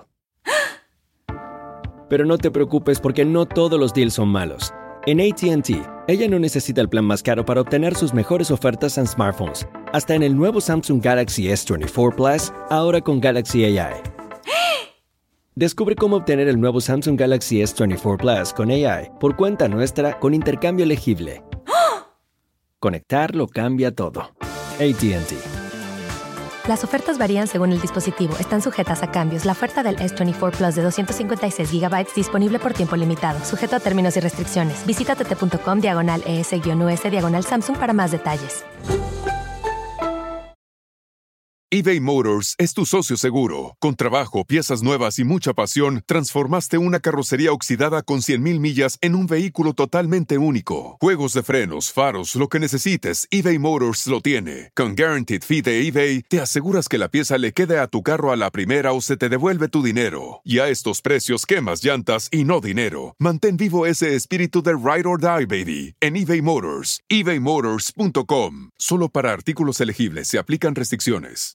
Pero no te preocupes porque no todos los deals son malos. En A T and T, ella no necesita el plan más caro para obtener sus mejores ofertas en smartphones. Hasta en el nuevo Samsung Galaxy S veinticuatro Plus, ahora con Galaxy A I. Descubre cómo obtener el nuevo Samsung Galaxy S veinticuatro Plus con A I por cuenta nuestra con intercambio elegible. Conectar lo cambia todo. A T and T. Las ofertas varían según el dispositivo. Están sujetas a cambios. La oferta del S veinticuatro Plus de doscientos cincuenta y seis gigabytes disponible por tiempo limitado. Sujeto a términos y restricciones. Visita tt.com diagonal es-us diagonal Samsung para más detalles. eBay Motors es tu socio seguro. Con trabajo, piezas nuevas y mucha pasión, transformaste una carrocería oxidada con cien mil millas en un vehículo totalmente único. Juegos de frenos, faros, lo que necesites, eBay Motors lo tiene. Con Guaranteed Fee de eBay, te aseguras que la pieza le quede a tu carro a la primera o se te devuelve tu dinero. Y a estos precios, quemas llantas y no dinero. Mantén vivo ese espíritu de Ride or Die, baby, en eBay Motors. ebay motors punto com. Solo para artículos elegibles se aplican restricciones.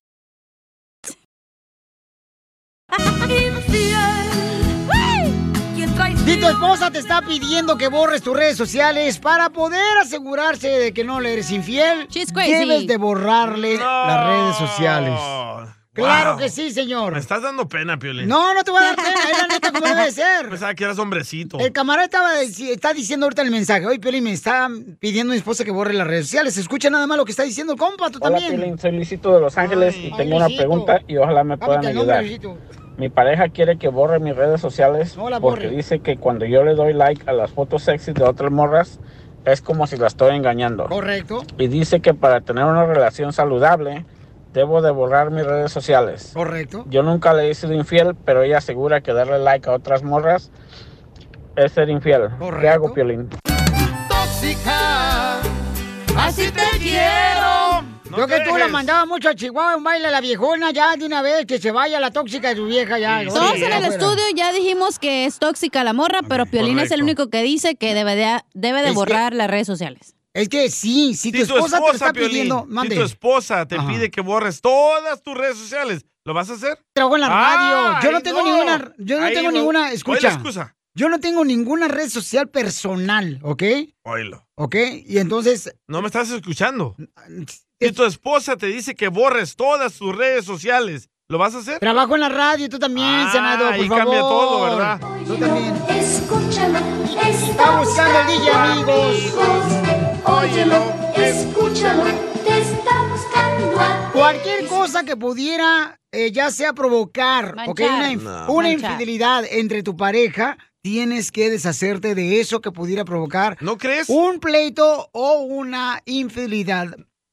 Si tu esposa te está pidiendo que borres tus redes sociales para poder asegurarse de que no le eres infiel, crazy. debes de borrarle las redes sociales. Claro Wow. que sí, señor. Me estás dando pena, Piolín. No, no te voy a dar pena, es la neta como debe de ser. Pensaba que eras hombrecito. El camarada estaba dici- está diciendo ahorita el mensaje. Oye, Piolín, me está pidiendo a mi esposa que borre las redes sociales. Escucha nada más lo que está diciendo el compa, tú Hola, también. Piolín, soy Luisito de Los Ángeles y tengo una Luisito. pregunta y ojalá me puedan Cámbiate el nombre, ayudar. Luisito. Mi pareja quiere que borre mis redes sociales No la porque borre. dice que cuando yo le doy like a las fotos sexy de otras morras es como si la estoy engañando. Correcto. Y dice que para tener una relación saludable debo de borrar mis redes sociales. Correcto. Yo nunca le he sido infiel, pero ella asegura que darle like a otras morras es ser infiel. ¿Qué Correcto. hago, Piolín? Tóxica, así te quiero. Yo que tú la mandaba mucho a Chihuahua, un baile a la viejona ya de una vez, que se vaya la tóxica de su vieja ya. Todos Oye, en el afuera. estudio ya dijimos que es tóxica la morra, pero Piolín es el correcto. único que dice que debe de, debe de Es que- borrar las redes sociales. Es que sí, si tu Si tu esposa, te lo está Piolín, pidiendo, si mande. tu esposa te Ajá. pide que borres todas tus redes sociales, ¿lo vas a hacer? Trabajo en la radio. Yo no Ay, tengo no. ninguna, yo no Ahí tengo no. ninguna, ¿Cuál es escucha. la excusa? Yo no tengo ninguna red social personal, ¿ok? Oílo. ¿Ok? Y entonces, No me estás escuchando. Si tu esposa te dice que borres todas tus redes sociales, ¿lo vas a hacer? trabajo en la radio, tú también, Ah, senador, por ahí favor. cambia todo, ¿verdad? Tú también. Escúchalo, Está buscando el D J, amigos. Óyelo, escúchalo, te está buscando a ti. Cualquier cosa que pudiera, eh, ya sea provocar, ¿ok? Manchar. Una, inf- No. una Manchar. infidelidad entre tu pareja, tienes que deshacerte de eso que pudiera provocar ¿No crees? un pleito o una infidelidad.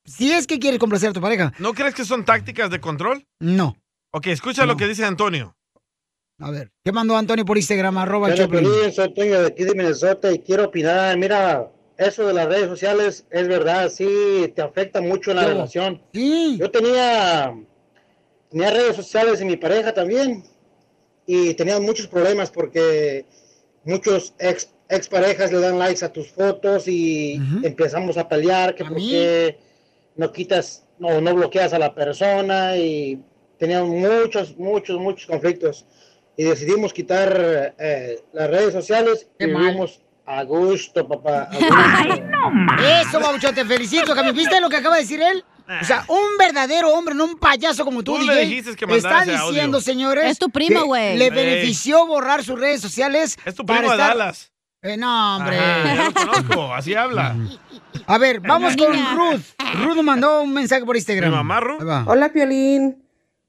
si es que quieres complacer a tu pareja. ¿No crees que son tácticas de control? No. Ok, escucha No. lo que dice Antonio. A ver, ¿qué mandó Antonio por Instagram? Arroba Hola, Choplin. Piolín, soy Toño de aquí de Minnesota y quiero opinar. Mira, eso de las redes sociales es verdad, sí, te afecta mucho en la Yo. relación. Sí. Yo tenía, tenía redes sociales y mi pareja también y teníamos muchos problemas porque muchos ex, ex parejas le dan likes a tus fotos y empezamos a pelear que por qué no quitas no, no bloqueas a la persona y teníamos muchos, muchos, muchos conflictos. Y decidimos quitar eh, las redes sociales y vivimos a gusto, papá. A gusto. Ay, no mames. Eso, Babuchón, te felicito, Cami. ¿Viste lo que acaba de decir él? O sea, un verdadero hombre, no un payaso como tú, Tú D J. le dijiste que mandara está ese audio. diciendo, señores, Es tu primo, que güey. le Ey. benefició borrar sus redes sociales. Es tu para primo de estar- Dallas. Eh, no, hombre. Ajá, ya lo conozco, así habla. A ver, vamos con Ruth. Ruth nos mandó un mensaje por Instagram. ¿Mi mamá, Ruth? Ahí va. Hola, Piolín.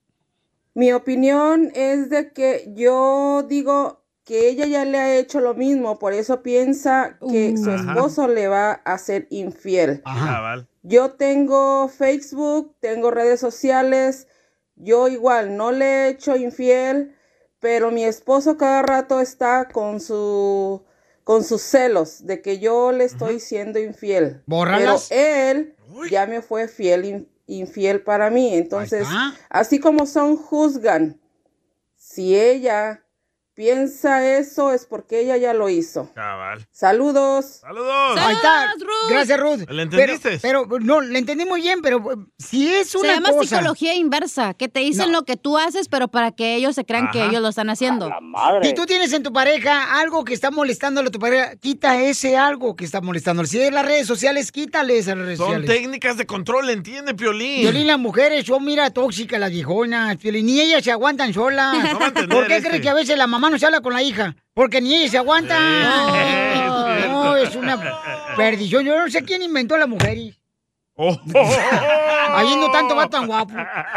Mi opinión es de que yo digo que ella ya le ha hecho lo mismo, por eso piensa que su Ajá. esposo le va a ser infiel. Cabal. Yo tengo Facebook, tengo redes sociales, yo igual no le he hecho infiel, pero mi esposo cada rato está con su con sus celos de que yo le estoy siendo infiel. Bórralas. Pero él ya me fue fiel in- infiel para mí, entonces Ahí así como son juzgan, si ella piensa eso es porque ella ya lo hizo. Cabal. Saludos. Saludos. Ahí está. Gracias, Ruth. ¿Le entendiste? Pero, pero, no, le entendí muy bien, pero eh, si es una Se llama cosa... psicología inversa, que te dicen No. lo que tú haces, pero para que ellos se crean que Ajá. ellos lo están haciendo. Si tú tienes en tu pareja algo que está molestándole a tu pareja, quita ese algo que está molestándole. Si es las redes sociales, quítale esas redes Son sociales. técnicas de control, ¿entiende, Piolín? Violín, las mujeres son, mira, tóxicas las viejonas, Piolín, ni ellas se aguantan solas. No va a entender ¿Por qué este. crees que a veces la mamá no se habla con la hija? Porque ni ellas se aguantan. Eh, No, es una perdición. Yo no sé quién inventó a la mujer. Oh. Habiendo tanto vato tan guapo.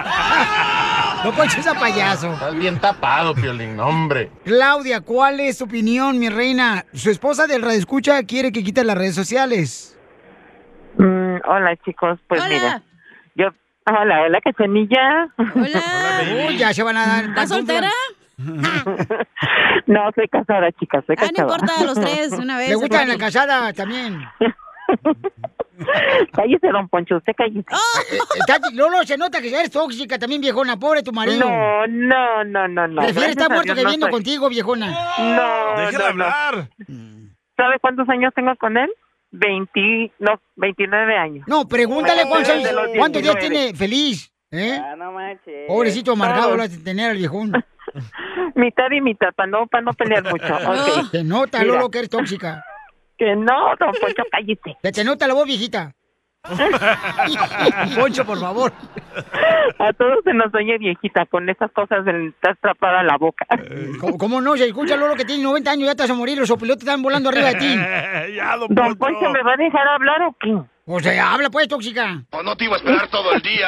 No ponches a payaso. Estás bien tapado, Piolín, hombre. Claudia, ¿cuál es tu opinión, mi reina? Su esposa del Radio Escucha quiere que quite las redes sociales. Mm, hola, chicos. Pues Hola. mira, yo... Hola, hola, Cachanilla. Hola. Uy, ya se van a dar. ¿Estás soltera? No, soy casada, chicas, soy Ah, no casada. importa, los tres, una vez. Le gusta la casada también. Cállese, don Poncho, usted cállese. Eh, está- Lolo, se nota que eres tóxica también, viejona. Pobre tu marido. No, no, no, no, no. Prefiere Gracias estar a muerto Dios que no viviendo soy. contigo, viejona. No, Déjela no, no. hablar. ¿Sabe cuántos años tengo con él? veinte, no, veintinueve años. No, pregúntale cuántos, De los cuántos días diecinueve. tiene feliz. ¿Eh? Ah, no manches. Pobrecito amargado Todos. lo hace tener al viejón. Mitad y mitad, para no, para no pelear mucho. Ok. Se nota, Mira. Lolo, que eres tóxica. Que no, don Poncho, cállese. Se te nota la voz, viejita. Poncho, por favor. A todos se nos oye viejita con esas cosas de estar tapada la boca. ¿Cómo, cómo no? Se escucha, Lolo, que tiene noventa años, ya te vas a morir. Los sopilotes están volando arriba de ti. Ya, don Don Poncho, ¿me va a dejar hablar o qué? O sea, habla pues, tóxica. O no te iba a esperar todo el día.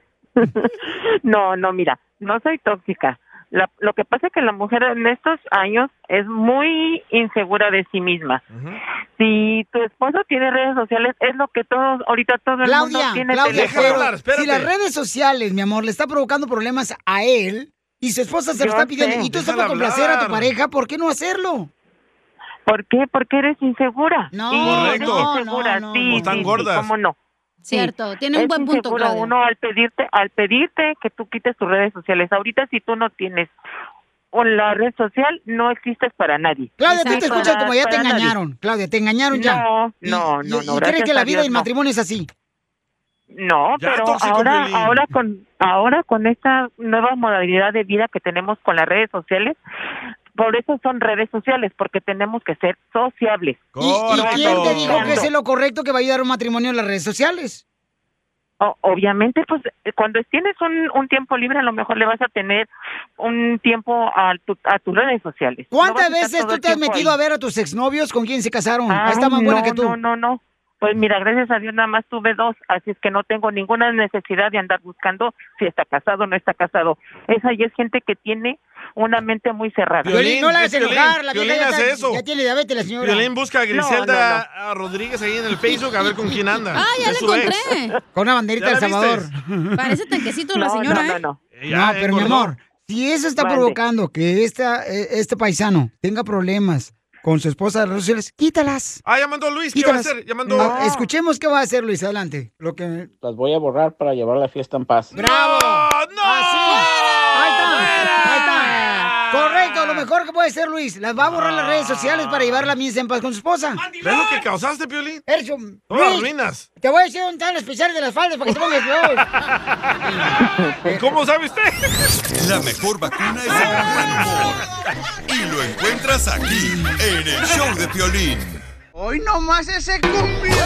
No, no, mira, no soy tóxica. La- lo que pasa es que la mujer en estos años es muy insegura de sí misma. Si tu esposo tiene redes sociales, es lo que todos, ahorita todo el mundo Claudia, tiene Claudia, teléfono. pero si las redes sociales, mi amor, le está provocando problemas a él y su esposa se lo Yo está pidiendo sé. y tú estás por Déjala complacer a tu hablar. pareja, ¿por qué no hacerlo? ¿Por qué? Porque eres insegura. No, sí, Correcto. eres insegura, no, no, sí, no. sí, Están sí, gordas. ¿cómo no? Sí. Cierto, tiene un Es buen punto, inseguro Claudia. uno al pedirte, al pedirte que tú quites tus redes sociales. Ahorita si tú no tienes o la red social, no existes para nadie. Claudia, tú Sí, te escuchas para- como ya te para nadie. engañaron. Claudia, te engañaron ya. No, Y- no, y- no, y no, crees gracias que la a vida Dios del no. matrimonio es así. No, Ya, pero tóxico, ahora, Piolín. ahora con, ahora con esta nueva modalidad de vida que tenemos con las redes sociales, por eso son redes sociales, porque tenemos que ser sociables. ¿Y, y quién te dijo que es lo correcto que va a ayudar a un matrimonio en las redes sociales? O- obviamente, pues eh, cuando tienes un, un tiempo libre, a lo mejor le vas a tener un tiempo a, tu- a tus redes sociales. No ¿Cuántas vas a estar veces todo tú el te has tiempo metido ahí. a ver a tus exnovios con quién se casaron? Ah, Ahí está más buena no, que tú. No, no, no. Pues mira, gracias a Dios nada más tuve dos, así es que no tengo ninguna necesidad de andar buscando si está casado o no está casado. Esa ya es gente que tiene una mente muy cerrada. Piolín, no la hagas enojar, la Piolín vieja ya, hace está- eso. ya tiene diabetes la señora. Piolín busca a Griselda No, no, a Rodríguez ahí en el Facebook a ver con quién anda. Ah, ya Es la su ex. encontré. Con una banderita ¿Ya de la Salvador. vistes? Parece tanquecito la No, señora, no, no, ¿eh? no. Ya No, pero mi engordó. amor, si eso está Mande. provocando que esta, eh, este paisano tenga problemas con su esposa de redes sociales, quítalas. Ah, ya mandó Luis, ¿qué va a Quítalas. hacer? Ya mandó... Ah, escuchemos qué va a hacer Luis, adelante. Lo que... Las voy a borrar para llevar la fiesta en paz. ¡Bravo! ¡No! ¡Así! Ahí está, ahí está. Correcto, lo mejor que puede hacer Luis, las va a borrar las redes sociales para llevar la misa en paz con su esposa. ¿Ves lo que causaste, Piolín? Eres un... Todas las Luis, ruinas. te voy a decir un tan especial de las faldas para que te pongas peor. ¿Cómo sabe usted? La mejor vacuna es el buen humor. Y lo encuentras aquí, en el show de Piolín. Hoy nomás ese cumbión.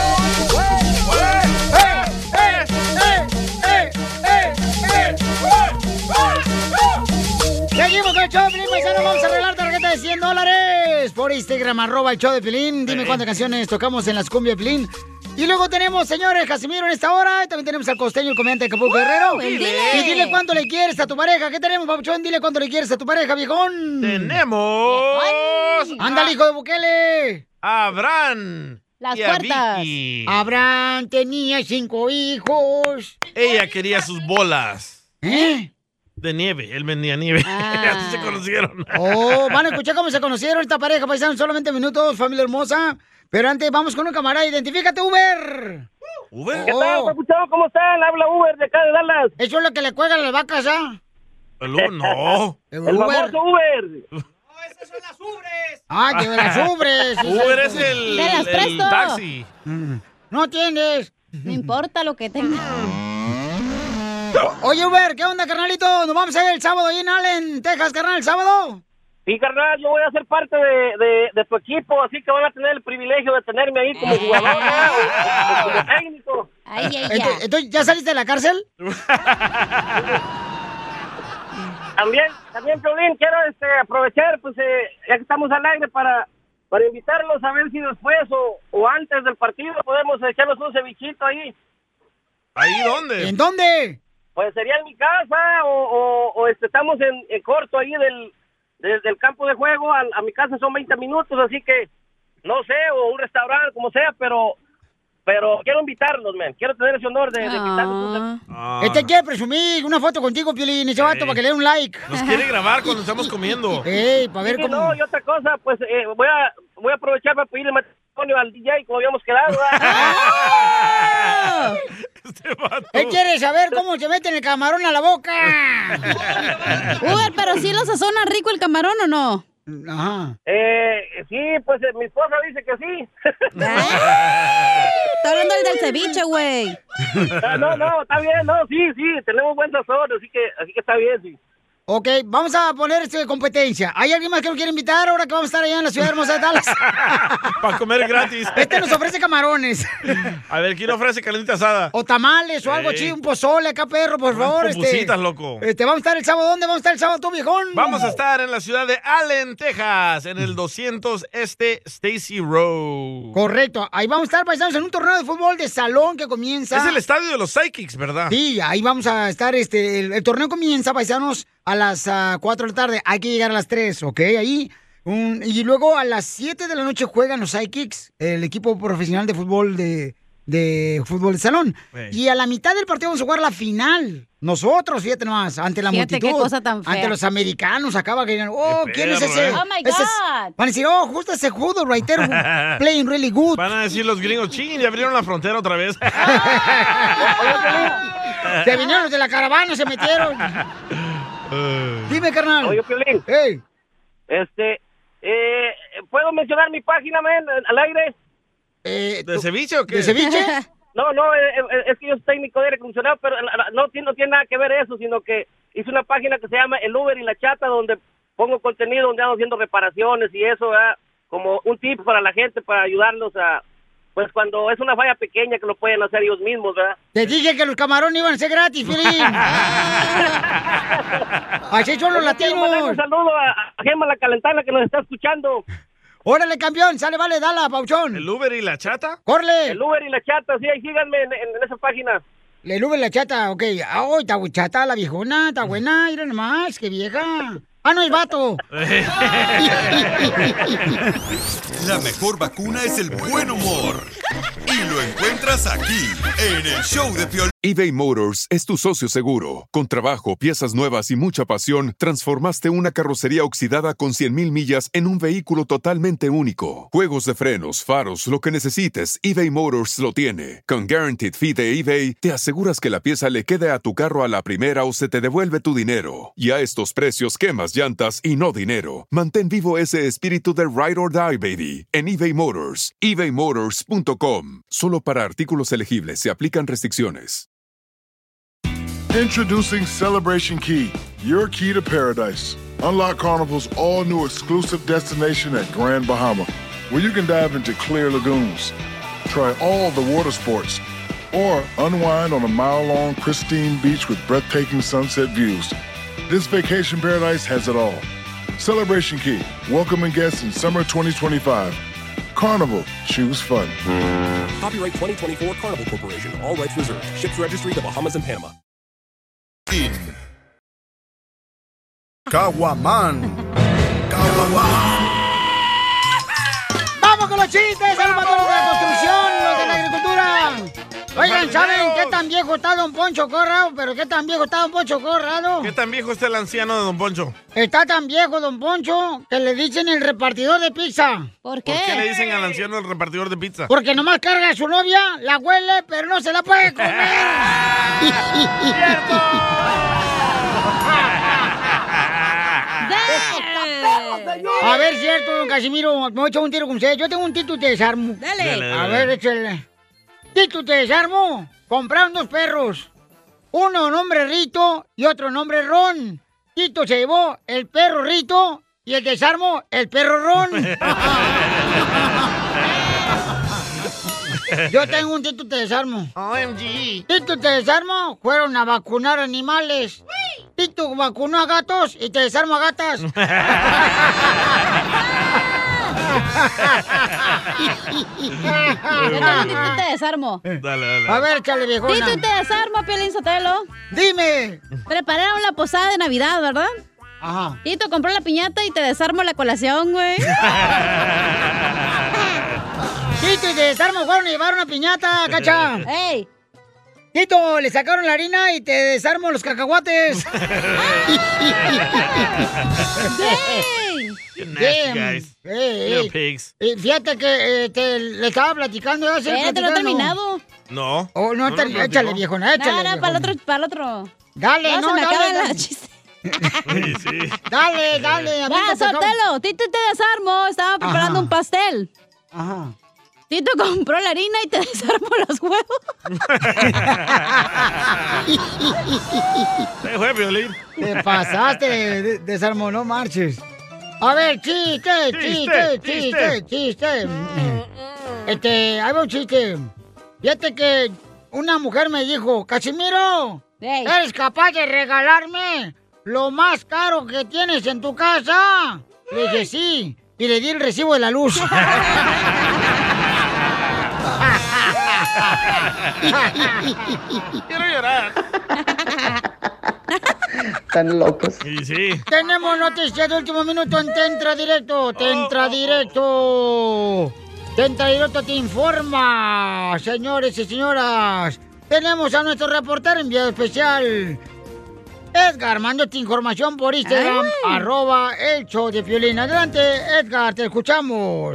Seguimos con el show de Pelín, paisano. Vamos a arreglar tarjeta de cien dólares por Instagram, arroba el show de Pelín. Dime cuántas canciones tocamos en las cumbias de Pelín. Y luego tenemos, señores, Casimiro en esta hora. Y también tenemos al costeño, el comediante de Acapulco Guerrero. dile. Y dile cuánto le quieres a tu pareja. ¿Qué tenemos, papuchón? Dile cuánto le quieres a tu pareja, viejón. Tenemos... Ándale, hijo de Bukele. a Abraham. Las y a puertas. Vicky. Abraham tenía cinco hijos. Ella quería sus bolas. ¿Eh? De nieve, él vendía nieve. Ah. Así se conocieron. Oh, van a escuchar cómo se conocieron esta pareja, paisano, solamente minutos, familia hermosa. Pero antes vamos con un camarada, identifícate, Uber. ¿Uber? ¿Qué tal, papuchón? ¿Cómo están? Habla Uber de acá de Dallas. Eso es lo que le cuelgan las vacas, ¿ah? El Uber, no. El El Uber. famoso Uber. Ah, que de las ubres. sí, Uber sí. es el, Te las el presto. taxi. No tienes. No importa lo que tenga. Oye, Uber, ¿qué onda, carnalito? Nos vamos a ver el sábado ahí en Allen, Texas, carnal, el sábado. Sí, carnal, yo voy a ser parte de, de, de tu equipo, así que van a tener el privilegio de tenerme ahí como jugador, ¿no? o, o como técnico. Ay, ay, ay. Entonces, entonces, ¿ya saliste de la cárcel? También, también, Piolín, quiero este, aprovechar, pues, eh, ya que estamos al aire, para, para invitarlos a ver si después o, o antes del partido podemos echarnos un cevichito ahí. ¿Ahí dónde? ¿En dónde? Pues sería en mi casa o, o, o este, estamos en, en corto ahí del, del, del campo de juego. A, a mi casa son veinte minutos, así que no sé, o un restaurante, como sea, pero pero quiero invitarlos, man. Quiero tener ese honor de, de quitarles un... Ah. Este quiere presumir una foto contigo, Piolín, ese vato, Ey. para que le dé un like. Nos quiere grabar cuando estamos comiendo. Ey, para ver Sí, cómo... no, y otra cosa, pues eh, voy a voy a aprovechar para pedirle matrimonio al D J como habíamos quedado. ¿verdad? Este vato. Él quiere saber cómo se mete el camarón a la boca. Uber, pero sí lo sazona rico el camarón, ¿o no? Ajá. eh, sí, pues eh, mi esposa dice que sí. Está hablando del del ceviche, güey. Ah, no, no, está bien, no, sí, sí, tenemos buen sazón, así que, así que está bien, sí. Ok, vamos a poner este de competencia. ¿Hay alguien más que lo quiere invitar ahora que vamos a estar allá en la ciudad hermosa de Dallas? Para comer gratis. Este nos ofrece camarones. A ver, ¿quién ofrece carnita asada? O tamales o algo Ey. chido, un pozole acá, perro, por favor. Este, Pupusitas, loco. este, vamos a estar el sábado. ¿Dónde vamos a estar el sábado, tú, viejón? Vamos a estar en la ciudad de Allen, Texas, en el doscientos Este Stacy Road. Correcto. Ahí vamos a estar, paisanos, en un torneo de fútbol de salón que comienza. Es el estadio de los Psychics, ¿verdad? Sí, ahí vamos a estar. Este, el, el torneo comienza, paisanos, a las uh, cuatro de la tarde. Hay que llegar a las tres, ¿ok? Ahí. Un, y luego a las siete de la noche juegan los Psychics, el equipo profesional de fútbol de, de fútbol de salón. Hey. Y a la mitad del partido vamos a jugar la final. Nosotros, fíjate nomás, ante la Fíjate multitud. qué cosa tan fea. Ante los americanos, acaba que digan, oh, Qué ¿quién es perro, ese? eh. Oh, my Ese es- God. Van a decir, oh, justo ese judo right there, playing really good. Van a decir los gringos, ching, ya abrieron la frontera otra vez. Se vinieron los de la caravana, se metieron. Dime, carnal. Oye, Piolín, Hey. este, eh, ¿puedo mencionar mi página, man, al aire? Eh, ¿De tú- ceviche o qué? ¿De ceviche? No, no, eh, eh, es que yo soy técnico de aire acondicionado, pero la- la- no, tiene- no tiene nada que ver eso, sino que hice una página que se llama El Uber y la Chata, donde pongo contenido, donde ando haciendo reparaciones y eso, ¿verdad? Como un tip para la gente, para ayudarlos a, pues cuando es una falla pequeña que lo pueden hacer ellos mismos, ¿verdad? Te dije que los camarones iban a ser gratis, Piolín. Así son los Yo quiero mandar un latinos. saludo a, a Gemma la Calentana que nos está escuchando. Órale, campeón, sale, vale, dala, pauchón. ¿El Uber y la chata? Corle. El Uber y la Chata, sí, ahí síganme en, en- en esa página. Le Uber la chata, ok. Ah, oh, está chata la viejona, está buena, mira nomás, qué vieja. Ah, no es vato. La mejor vacuna es el buen humor. Y lo encuentras aquí, en el show de Piolín. eBay Motors es tu socio seguro. Con trabajo, piezas nuevas y mucha pasión, transformaste una carrocería oxidada con cien mil millas en un vehículo totalmente único. Juegos de frenos, faros, lo que necesites, eBay Motors lo tiene. Con Guaranteed Fee de eBay, te aseguras que la pieza le quede a tu carro a la primera o se te devuelve tu dinero. Y a estos precios, quemas llantas y no dinero. Mantén vivo ese espíritu de Ride or Die, baby, en eBay Motors. ebay motors punto com. Solo para artículos elegibles se aplican restricciones. Introducing Celebration Key, your key to paradise. Unlock Carnival's all-new exclusive destination at Grand Bahama, where you can dive into clear lagoons, try all the water sports, or unwind on a mile-long pristine beach with breathtaking sunset views. This vacation paradise has it all. Celebration Key, welcoming guests in summer twenty twenty-five. Carnival, choose fun. Copyright twenty twenty-four Carnival Corporation, all rights reserved. Ships registry the Bahamas and Panama. Caguaman. ¡Vamos con los chistes! ¡Saludos a los de la construcción, los de la agricultura! Oigan, ¿saben qué tan viejo está Don Poncho Corrado? ¿Pero qué tan viejo está Don Poncho Corrado? ¿Qué tan viejo está el anciano de Don Poncho? Está tan viejo, Don Poncho, que le dicen el repartidor de pizza. ¿Por qué? ¿Por qué le dicen al anciano el repartidor de pizza? Porque nomás carga a su novia, la huele, pero no se la puede comer. ¡Cierto! A ver, cierto, don Casimiro, me voy a echar un tiro con usted. Yo tengo un Tito te desarmo. Dale. Dale, A dale. ver, échale. Tito te desarmo. Compraron dos perros. Uno nombre Rito y otro nombre Ron. Tito se llevó el perro Rito y el desarmo el perro Ron. Yo tengo un Tito te desarmo. O M G. Tito te desarmo. Fueron a vacunar animales. Tito vacunó a gatos y te desarmo a gatas. Yo tengo un Tito te desarmo. Dale, dale. A ver, chale, viejona. Tito te desarmo, Piolín Sotelo. Dime. Prepararon la posada de Navidad, ¿verdad? Ajá. Tito compró la piñata y te desarmo la colación, güey. Tito y te desarmo fueron a llevar una piñata, cacha. ¡Ey! Tito, le sacaron la harina y te desarmo los cacahuates. ¡Ey! You're nasty, guys. Ey, Little ey. pigs. Eh, fíjate que eh, te, le estaba platicando. ¿Ya se Eh, te lo he terminado. No. Oh, no, No ter- lo platicó. échale, viejona, échale. No, no, para el otro, para el otro. Dale, Ya no, se me dale, acaban dale. las chistes. Sí, sí. Dale, dale. a mí Va, me tocaba- Sotelo, Tito te desarmo. Estaba preparando Ajá. un pastel. Ajá. Tito compró la harina y te desarmo los huevos. Se fue, Piolín. Te pasaste, de- desarmó, no marches. A ver, chiste, chiste, chiste, chiste. Este, hay un chiste. Fíjate que una mujer me dijo, Casimiro, Ey. ¿eres capaz de regalarme lo más caro que tienes en tu casa? Le dije, sí. Y le di el recibo de la luz. Quiero llorar. Están locos. Sí, sí. Tenemos noticias de último minuto en Te Entra Directo. Te Entra Directo. Te Entra Directo te informa, señores y señoras. Tenemos a nuestro reportero enviado especial, Edgar, mándote información por Instagram, Ay. arroba el show de Piolín. Adelante, Edgar, te escuchamos.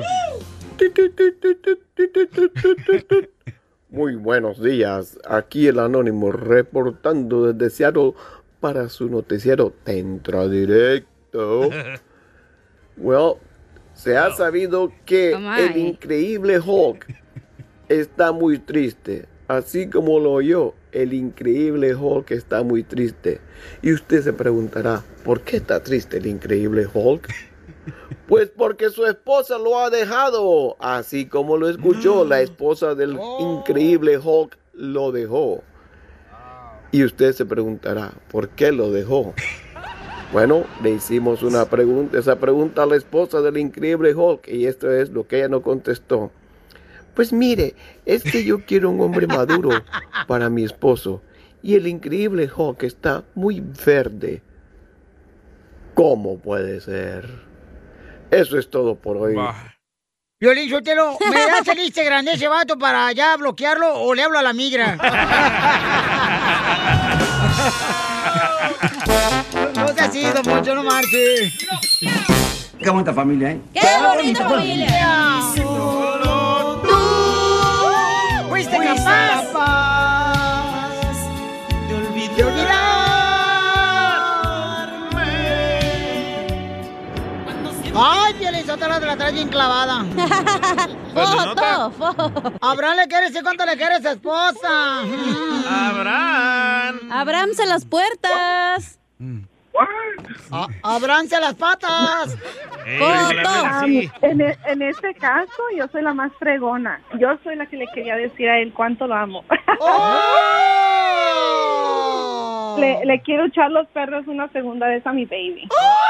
Muy buenos días, aquí el Anónimo reportando desde Seattle para su noticiero Te Entra Directo. Well, se ha sabido que Oh, el my. increíble Hulk está muy triste, así como lo oyó, el increíble Hulk está muy triste. Y usted se preguntará, ¿por qué está triste el increíble Hulk? Pues porque su esposa lo ha dejado, así como lo escuchó, la esposa del increíble Hulk lo dejó. Y usted se preguntará, ¿por qué lo dejó? Bueno, le hicimos una pregunta, esa pregunta a la esposa del increíble Hulk, y esto es lo que ella nos contestó. Pues mire, es que yo quiero un hombre maduro para mi esposo, y el increíble Hulk está muy verde. ¿Cómo puede ser? Eso es todo por hoy. Piolín Sotelo, ¿me das el Instagram de ese vato para ya bloquearlo o le hablo a la migra? No sea así, don Poncho, no marche. Qué bonita familia, ¿eh? ¡Qué bonita familia! Solo tú fuiste capaz de olvidarme. Ay, Piolín Sotelo, te la traes bien clavada. Foto, foto. Abraham le quiere decir cuánto le quiere a su esposa. Abraham. Ábranse las puertas. A- Abranse las patas. Ah, en, e- en este caso, yo soy la más fregona. Yo soy la que le quería decir a él cuánto lo amo. le, le quiero echar los perros una segunda vez a mi baby.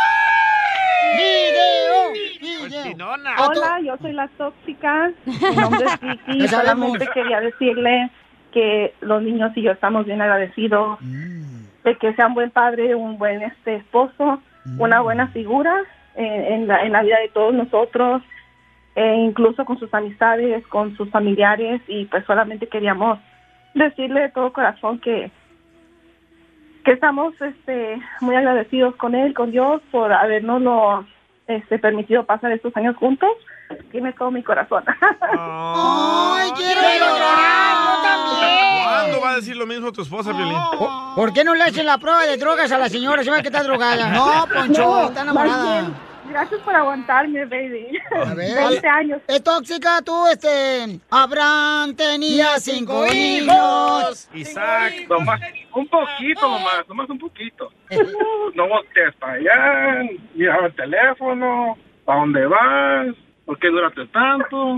¡Video! ¡Video! Hola, yo soy la tóxica. Mi nombre es Vicky. Ya sabemos. Solamente quería decirle que los niños y yo estamos bien agradecidos de que sea un buen padre, un buen este esposo, una buena figura en, en, la, en la vida de todos nosotros, e incluso con sus amistades, con sus familiares, y pues solamente queríamos decirle de todo corazón que que estamos este muy agradecidos con él, con Dios, por habernoslo este permitido pasar estos años juntos. Tiene todo mi corazón. ¡Ay, quiero llorar! ¡Yo también! ¿Cuándo va a decir lo mismo tu esposa, Piolín? ¿Por, por qué no le hacen la prueba de drogas a la señora? Se ve que está drogada. No, Poncho, No, está más enamorada. bien, gracias por aguantarme, baby. A ver. veinte años. Es tóxica tú, este... Abraham tenía cinco hijos. Isaac. Nomás un poquito, nomás, nomás un poquito. No voltees para allá, mira el teléfono, ¿a dónde vas? ¿Por qué duraste tanto?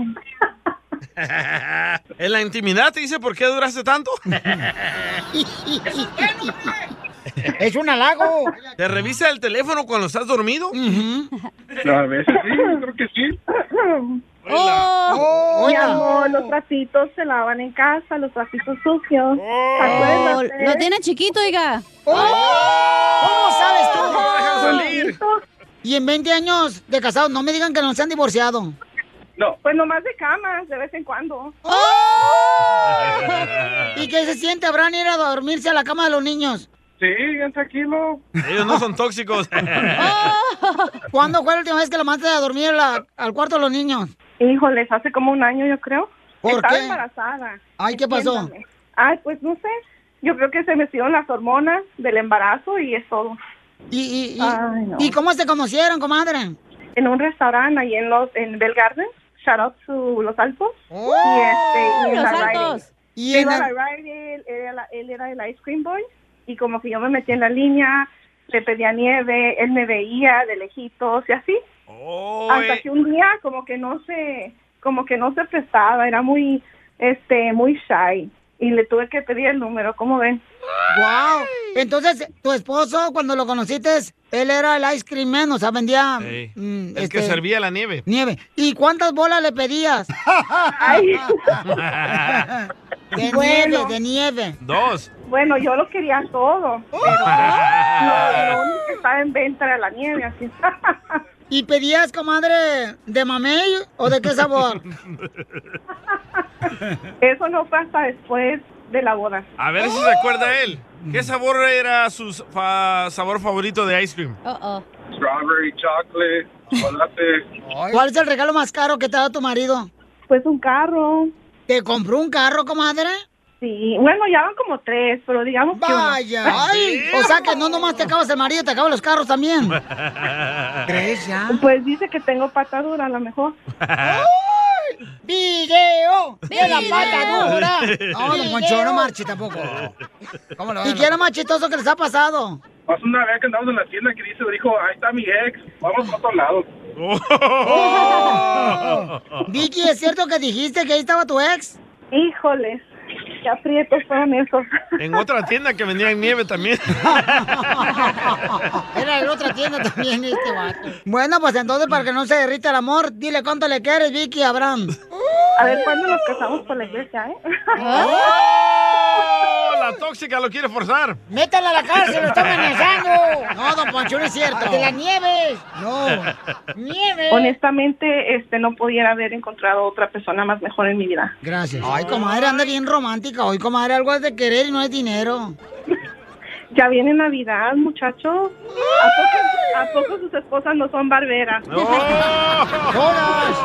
¿En la intimidad te dice por qué duraste tanto? Es un halago. ¿Te revisa el teléfono cuando estás dormido? A veces sí, creo que sí. Oh, mi amor, los trasitos se lavan en casa, los trasitos sucios. Oh, Acuérdate. lo tiene chiquito, oiga. ¿Cómo sabes tú? salir. Y en veinte años de casados, no me digan que no se han divorciado. No. Pues nomás de camas, de vez en cuando. ¿Y qué se siente, Abraham, ir a dormirse a la cama de los niños? Sí, bien tranquilo. Ellos no son tóxicos. ¿Cuándo fue la última vez que la mandaste a dormir a la- al cuarto de los niños? Híjoles, hace como un año, yo creo. ¿Por Estaba qué? embarazada. Ay, ¿qué pasó? Entiéndame. Ay, pues no sé. Yo creo que se me hicieron las hormonas del embarazo y es todo. ¿Y, y, y, Ay, no. ¿y cómo se conocieron, comadre? En un restaurante ahí en los en Bell Garden. Shout out to Los Altos. Oh, y este, y en Los la Altos. Rite Aid. Y Yo en iba a el- la Rite Aid, él era, la- él era el ice cream boy. Y como que yo me metí en la línea, le pedía nieve, él me veía de lejitos y así. Hasta que un día como que no se, como que no se prestaba, era muy, este, muy shy. Y le tuve que pedir el número, ¿cómo ven? Wow. Entonces, tu esposo, cuando lo conociste, él era el ice cream man, o sea, vendía Ey, mm, el que este, servía la nieve. nieve. ¿Y cuántas bolas le pedías? Ay. De Bueno. nieve, de nieve. Dos. Bueno, yo lo quería todo, pero lo, lo único que estaba en venta era la nieve, así. ¿Y pedías, comadre, de mamey o de qué sabor? Eso no fue hasta después de la boda. A ver si se acuerda él. ¿Qué sabor era su fa- sabor favorito de ice cream? Strawberry, chocolate, chocolate. ¿Cuál es el regalo más caro que te ha dado tu marido? Pues un carro. ¿Te compró un carro, comadre? Sí, bueno, ya van como tres, pero digamos que uno. Vaya, ay, o sea que no nomás te acabas el marido, te acabas los carros también. ¿Crees ya? Pues dice que tengo pata dura, a lo mejor. ¡Video! ¡De la ¡Video! pata dura! No, don Poncho, no marche tampoco. ¿Y qué es lo más chistoso que les ha pasado? Más una vez que andamos en la tienda que dice, dijo, ahí está mi ex, vamos a otro lado. Oh. Vicky, ¿es cierto que dijiste que ahí estaba tu ex? Híjoles, qué aprietos fueron esos. En otra tienda que vendían nieve también. Era en otra tienda también este vato. Bueno, pues entonces, para que no se derrita el amor, dile cuánto le quieres, Vicky, a Abraham. A ver, ¿cuándo nos casamos por la iglesia, eh? la tóxica lo quiere forzar. ¡Métala a la cárcel! ¡Lo está amenazando! No, don Poncho, no es cierto. ¡De la Nieves! No. ¡Nieves! Honestamente, este, no pudiera haber encontrado otra persona más mejor en mi vida. Gracias. Ay, comadre, anda bien romántica. Hoy, comadre, algo es de querer y no es dinero. Ya viene Navidad, muchachos. ¿A poco, a poco sus esposas no son barberas? ¡Todas!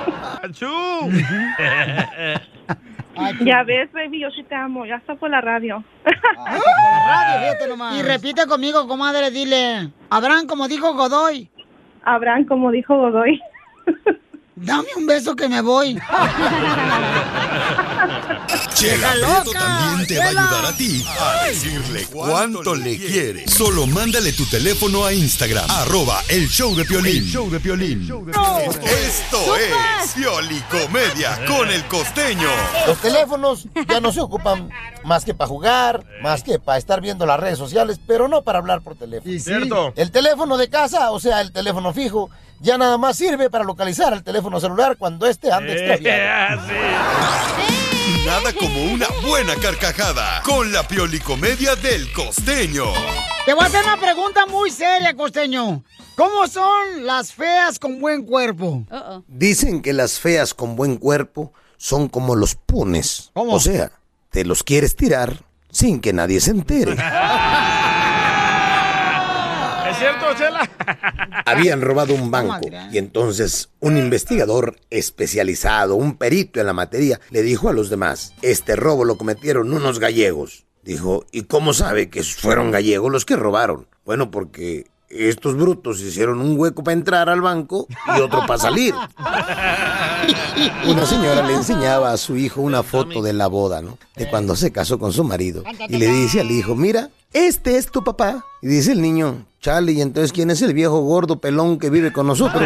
Ya ves, baby, yo sí te amo. Ya está por la radio. Ay, por la radio, fíjate nomás. Y repite conmigo, comadre, dile. Abraham, como dijo Godoy. Abraham, como dijo Godoy. Dame un beso que me voy. Chela Prieto también te va a ayudar a ti a decirle cuánto le quiere. Solo mándale tu teléfono a Instagram, arroba el show de Piolín. El show de Piolín. Esto es Piolicomedia con el Costeño. Los teléfonos ya no se ocupan más que para jugar, más que para estar viendo las redes sociales, pero no para hablar por teléfono. Cierto. El teléfono de casa, o sea, el teléfono fijo, ya nada más sirve para localizar el teléfono celular cuando este anda extraviado. Nada como una buena carcajada con la Piolicomedia del Costeño. Te voy a hacer una pregunta muy seria, Costeño. ¿Cómo son las feas con buen cuerpo? Uh-oh. Dicen que las feas con buen cuerpo son como los punes. ¿Cómo? O sea, te los quieres tirar sin que nadie se entere. ¿Es cierto, Chela? Habían robado un banco y entonces un investigador especializado, un perito en la materia, le dijo a los demás, este robo lo cometieron unos gallegos. Dijo, ¿y cómo sabe que fueron gallegos los que robaron? Bueno, porque estos brutos hicieron un hueco para entrar al banco y otro para salir. Una señora le enseñaba a su hijo una foto de la boda, ¿no? De cuando se casó con su marido. Y le dice al hijo, mira, este es tu papá. Y dice el niño, chale, ¿y entonces quién es el viejo gordo pelón que vive con nosotros?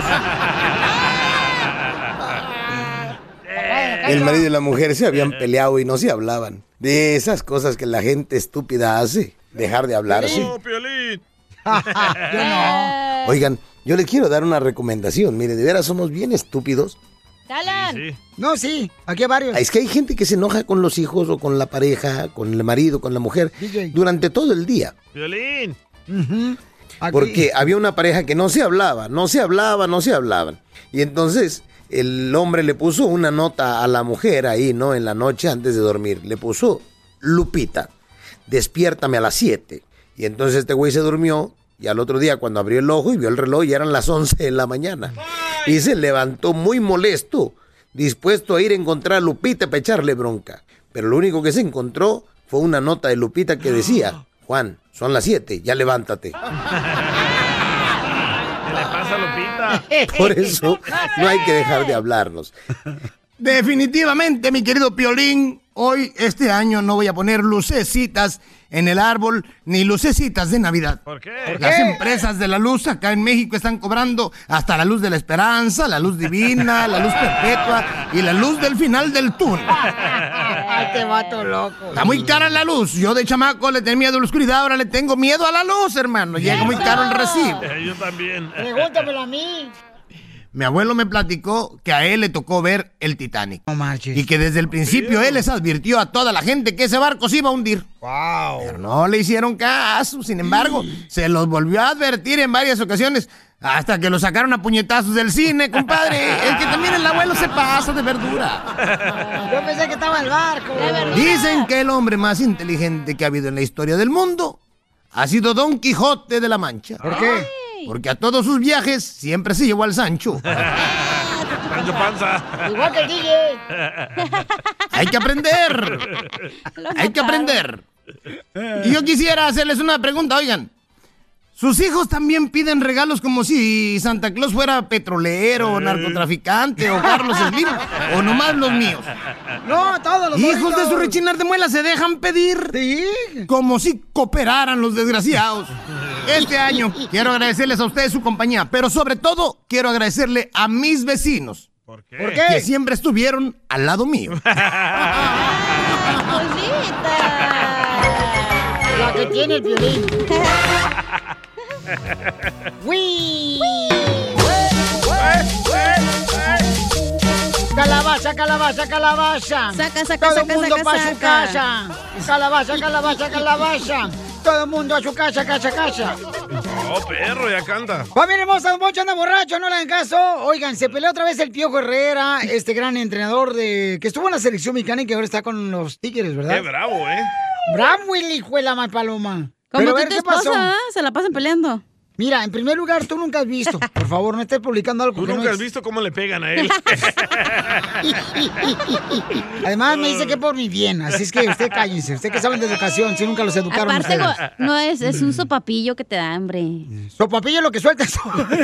El marido y la mujer se habían peleado y no se hablaban. De esas cosas que la gente estúpida hace, dejar de hablarse. No, Piolín. Yo no. Oigan, yo les quiero dar una recomendación. Mire, de veras somos bien estúpidos. ¡Talan! Sí, sí. No, sí, aquí hay varios. Es que hay gente que se enoja con los hijos o con la pareja, con el marido, con la mujer, D J, durante todo el día. Piolín. Uh-huh. Porque había una pareja que no se hablaba, no se hablaba, no se hablaban. Y entonces el hombre le puso una nota a la mujer ahí, ¿no? En la noche antes de dormir. Le puso, Lupita, despiértame a las siete. Y entonces este güey se durmió y al otro día cuando abrió el ojo y vio el reloj ya eran las once de la mañana. Y se levantó muy molesto, dispuesto a ir a encontrar a Lupita para echarle bronca. Pero lo único que se encontró fue una nota de Lupita que decía, Juan, son las siete, ya levántate. ¿Qué le pasa a Lupita? Por eso no hay que dejar de hablarnos. Definitivamente, mi querido Piolín, hoy, este año, no voy a poner lucecitas en el árbol, ni lucecitas de Navidad. ¿Por qué? Las empresas de la luz acá en México están cobrando hasta la luz de la esperanza, la luz divina, la luz perpetua y la luz del final del túnel. Ay, te vato loco. Está muy cara la luz. Yo de chamaco le tenía miedo a la oscuridad, ahora le tengo miedo a la luz, hermano. Llega muy caro el recibo. Yo también. Pregúntamelo a mí. Mi abuelo me platicó que a él le tocó ver el Titanic. No marches. Y que desde el principio él les advirtió a toda la gente que ese barco se iba a hundir. Wow. Pero no le hicieron caso. Sin embargo, se los volvió a advertir en varias ocasiones. Hasta que lo sacaron a puñetazos del cine, compadre. Es que también el abuelo se pasa de verdura. Yo pensé que estaba el barco. De verdura. Dicen que el hombre más inteligente que ha habido en la historia del mundo ha sido Don Quijote de la Mancha. ¿Por qué? Porque a todos sus viajes siempre se llevó al Sancho. Sancho Panza. Igual que el D J. Hay que aprender. Hay que aprender. Y yo quisiera hacerles una pregunta, oigan. ¿Sus hijos también piden regalos como si Santa Claus fuera petrolero, narcotraficante o Carlos Slim? ¿O nomás los míos? No, todos los hijos bonitos. de su rechinar de muela se dejan pedir. Sí. Como si cooperaran los desgraciados. Este año quiero agradecerles a ustedes su compañía, pero sobre todo quiero agradecerle a mis vecinos. ¿Por qué? ¿Por qué? Que siempre estuvieron al lado mío. La que tiene el Piolín. ¡Wii! ¡Calabaza! Calabaza, calabaza, calabaza. Saca, saca, Todo saca, el mundo saca, para su saca. casa. Calabaza, calabaza, calabaza. Todo el mundo a su casa, casa, casa. Oh, perro, ya canta. Familia hermosa, Don Poncho anda borracho, no le hagan caso. Oigan, se peleó otra vez el Piojo Herrera, este gran entrenador de que estuvo en la selección mexicana y que ahora está con los Tigres, ¿verdad? Qué bravo, ¿eh? Bravo el hijo de la mal paloma. Como Pero a tú ver, tu ¿qué pasó? esposa, ¿eh? Se la pasan peleando. Mira, en primer lugar, tú nunca has visto. Por favor, no estés publicando algo Tú que no nunca has es. visto cómo le pegan a él. Además, me dice que por mi bien. Así es que usted cállense. Usted que saben de educación, si nunca los educaron Aparte, ustedes. go- no es, es un sopapillo que te da hambre. Sopapillo lo que suelta eso. ¿Y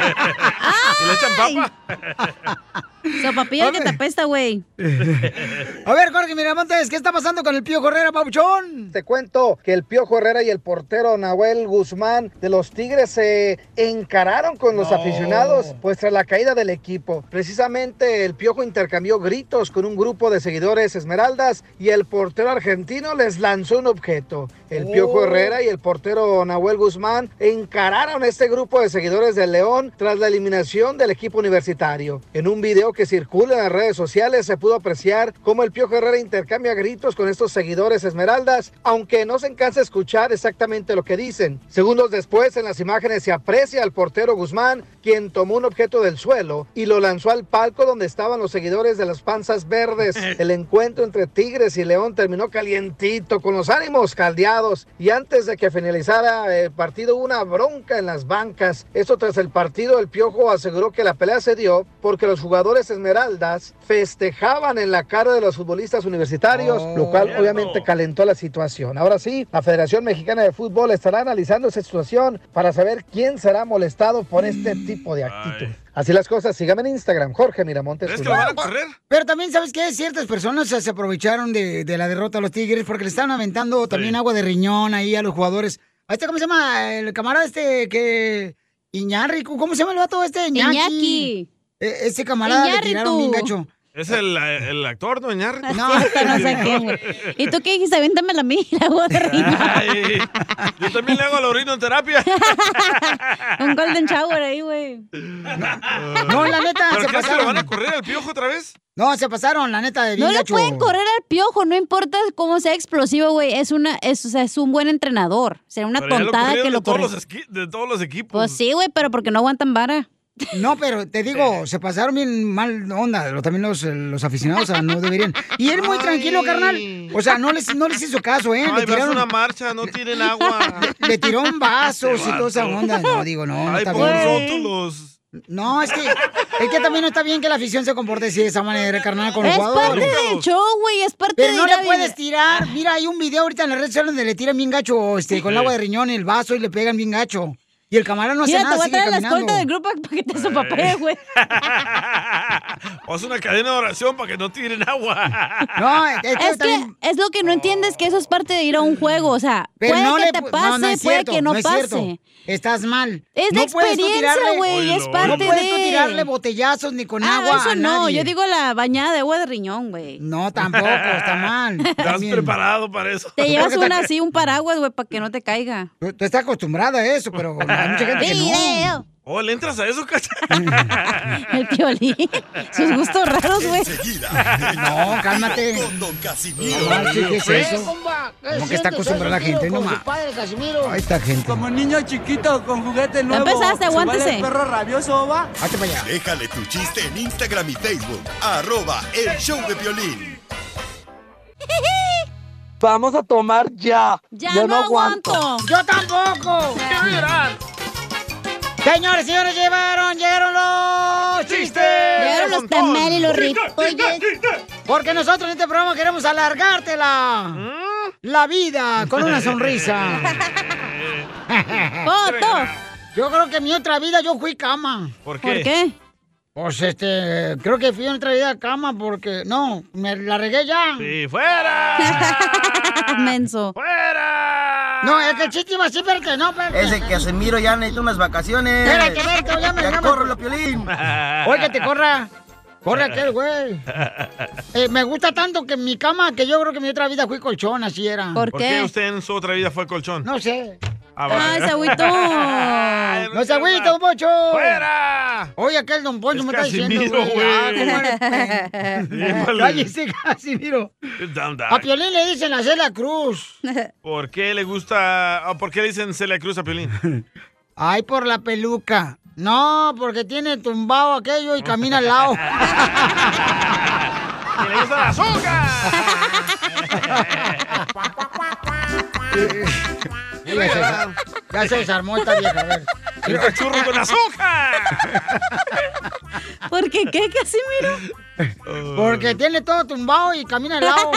le echan papa? Sopapillo que te apesta, güey. A ver, Jorge Miramontes, ¿qué está pasando con el Piojo Herrera, Pabuchón? Te cuento que el Piojo Herrera y el portero Nahuel Guzmán de los Tigres se encararon con los No. aficionados, pues tras la caída del equipo. Precisamente el Piojo intercambió gritos con un grupo de seguidores Esmeraldas y el portero argentino les lanzó un objeto. El Piojo Oh. Herrera y el portero Nahuel Guzmán encararon a este grupo de seguidores del León tras la eliminación del equipo universitario. En un video que circula en las redes sociales se pudo apreciar cómo el Piojo Herrera intercambia gritos con estos seguidores Esmeraldas, aunque no se cansa de escuchar exactamente lo que dicen. Segundos después, en las imágenes se aprecia al portero Guzmán, quien tomó un objeto del suelo y lo lanzó al palco donde estaban los seguidores de las panzas verdes. El encuentro entre Tigres y León terminó calientito, con los ánimos caldeados, y antes de que finalizara el partido hubo una bronca en las bancas. Esto tras el partido, el Piojo aseguró que la pelea se dio porque los jugadores Esmeraldas festejaban en la cara de los futbolistas universitarios, lo cual obviamente calentó la situación. Ahora sí, la Federación Mexicana de Fútbol estará analizando esa situación para saber quién será molestado por este tipo de actitud. Así las cosas, síganme en Instagram, Jorge Miramontes. ¿Crees que lo van a correr? Pero también, ¿sabes qué? Ciertas personas se se aprovecharon de, de la derrota a los Tigres porque le estaban aventando también agua de riñón ahí a los jugadores. ¿A este cómo se llama? El camarada este que... Iñárritu, ¿cómo se llama el vato este? Iñaki. Iñaki. E- ese camarada le tiraron bien gacho. ¿Es el, el actor, ¿no, Iñárritu? No, no sé qué, güey. ¿Y tú qué dijiste? Avéntamela a mí, la agua de riñón. Ay, yo también le hago la orina en terapia. Un golden shower ahí, güey. No, la neta, ¿Pero se crees que lo pasaron. van a correr al Piojo otra vez? No, se pasaron, la neta, de bien No le gacho. pueden correr al Piojo, no importa cómo sea explosivo, güey. Es una, es, o sea, es un buen entrenador. Será una Pero ya tontada corrieron que lo de todos, corre. los esqui- de todos los equipos. Pues sí, güey, pero porque no aguantan vara. No, pero te digo, se pasaron bien mal onda, lo- también los, los aficionados, o sea, no deberían. Y él muy tranquilo, carnal. O sea, no les, no les hizo caso, ¿eh? Ay, le vas a tiraron, una marcha, no tiren agua. le tiró un vasos Este y toda esa vato. onda. No, digo, no, no Ay, está por bien. rótulos. No, es que, es que también no está bien que la afición se comporte así de esa manera, carnal, con los Es jugadores. parte del show, güey, es parte Pero de no ir a le puedes vivir. tirar. Mira, hay un video ahorita en las redes sociales donde le tiran bien gacho este, con el agua de riñón en el vaso y le pegan bien gacho. Y el camarada no hace Mira, nada, te voy a sigue traer la caminando. escolta del grupo para que te sopapee, güey. O haz una cadena de oración para que no tiren agua. No, Es que es lo que no entiendes, que eso es parte de ir a un juego. O sea, Pero puede no que le te pu- pase, no, no es puede cierto, que no, no es pase. cierto. Estás mal. Es de No puedes tú experiencia, tirarle- güey, es parte No puedes tú de- tirarle botellazos ni con Ah, agua eso a no, nadie. yo digo la bañada de agua de riñón, güey. No, tampoco, está mal. ¿Estás También. preparado para eso? Te llevas Porque te- una así, un paraguas, güey, para que no te caiga. Tú, tú estás acostumbrada a eso, pero hay mucha gente que no. Video. Oh, ¿le entras a eso, cacha? El Piolín. Sus gustos raros, güey. No, cálmate. Con Don Casimiro. No, sí, ¿qué es eso? Eh, compa, Como que está acostumbrada la gente, no más. Ahí está gente. Como niño chiquito con juguete nuevo. empezaste, ¿Subale aguántese. el perro rabioso, va? Hazte para allá. Déjale tu chiste en Instagram y Facebook. Arroba El Show de Piolín. Vamos a tomar ya. Ya Yo no aguanto. Yo tampoco. Quiero llorar. Señores, señores, llevaron, llegaron los chistes. Llegaron los tamales y los ricos. Porque nosotros en este programa queremos alargártela. La vida con una sonrisa. ¡Foto! Yo creo que en mi otra vida yo fui cama. ¿Por qué? ¿Por qué? Pues este, creo que fui en otra vida cama porque, no, me la regué ya. ¡Sí, fuera! Menso. ¡Fuera! No, es que el chiste iba así, pero que no, pero. Ese Casimiro ya necesita unas vacaciones. Espérate, espérate, ya me Ya ya me- córrelo, Piolín. Oye, que te corra. Corre aquel, güey. Eh, me gusta tanto que en mi cama, que yo creo que en mi otra vida fui colchón, así era. ¿Por ¿Por qué? qué usted en su otra vida fue colchón? No sé. Ah, se agüitó. ¡No se agüita, don Poncho! ¡Fuera! Oye, aquel don Poncho Es me está diciendo, Casimiro, güey. Ah, güey. ¿cómo eres, güey? Cállese, Casimiro. Down, down. A Piolín le dicen la Celia Cruz. ¿Por qué le gusta, o por qué le dicen Celia Cruz a Piolín? Ay, por la peluca. No, porque tiene tumbado aquello y camina al lado. ¡Y le gusta el azúcar! ya, se, ya se desarmó esta vieja, a ver. ¡El cachorro con azúcar! ¿Por qué qué, Casimiro? Porque tiene todo tumbado y camina al lado.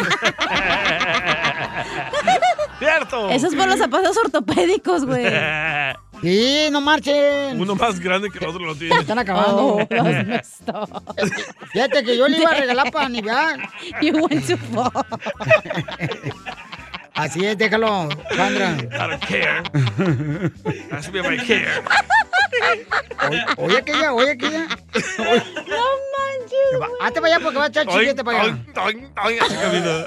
¡Cierto! Eso es por los zapatos ortopédicos, güey. Sí, no marchen. Uno más grande que el otro lo tiene. Están acabando. Oh, los messed up. Fíjate que yo le iba a regalar para Navidad. You went too far. Así es, déjalo, Sandra. I don't care. That's be my care. Oye, oye aquella, oye aquella. Oye. No manches. Hazte para allá porque va a echar chiquete para allá. Toing, toing, toing, así camina.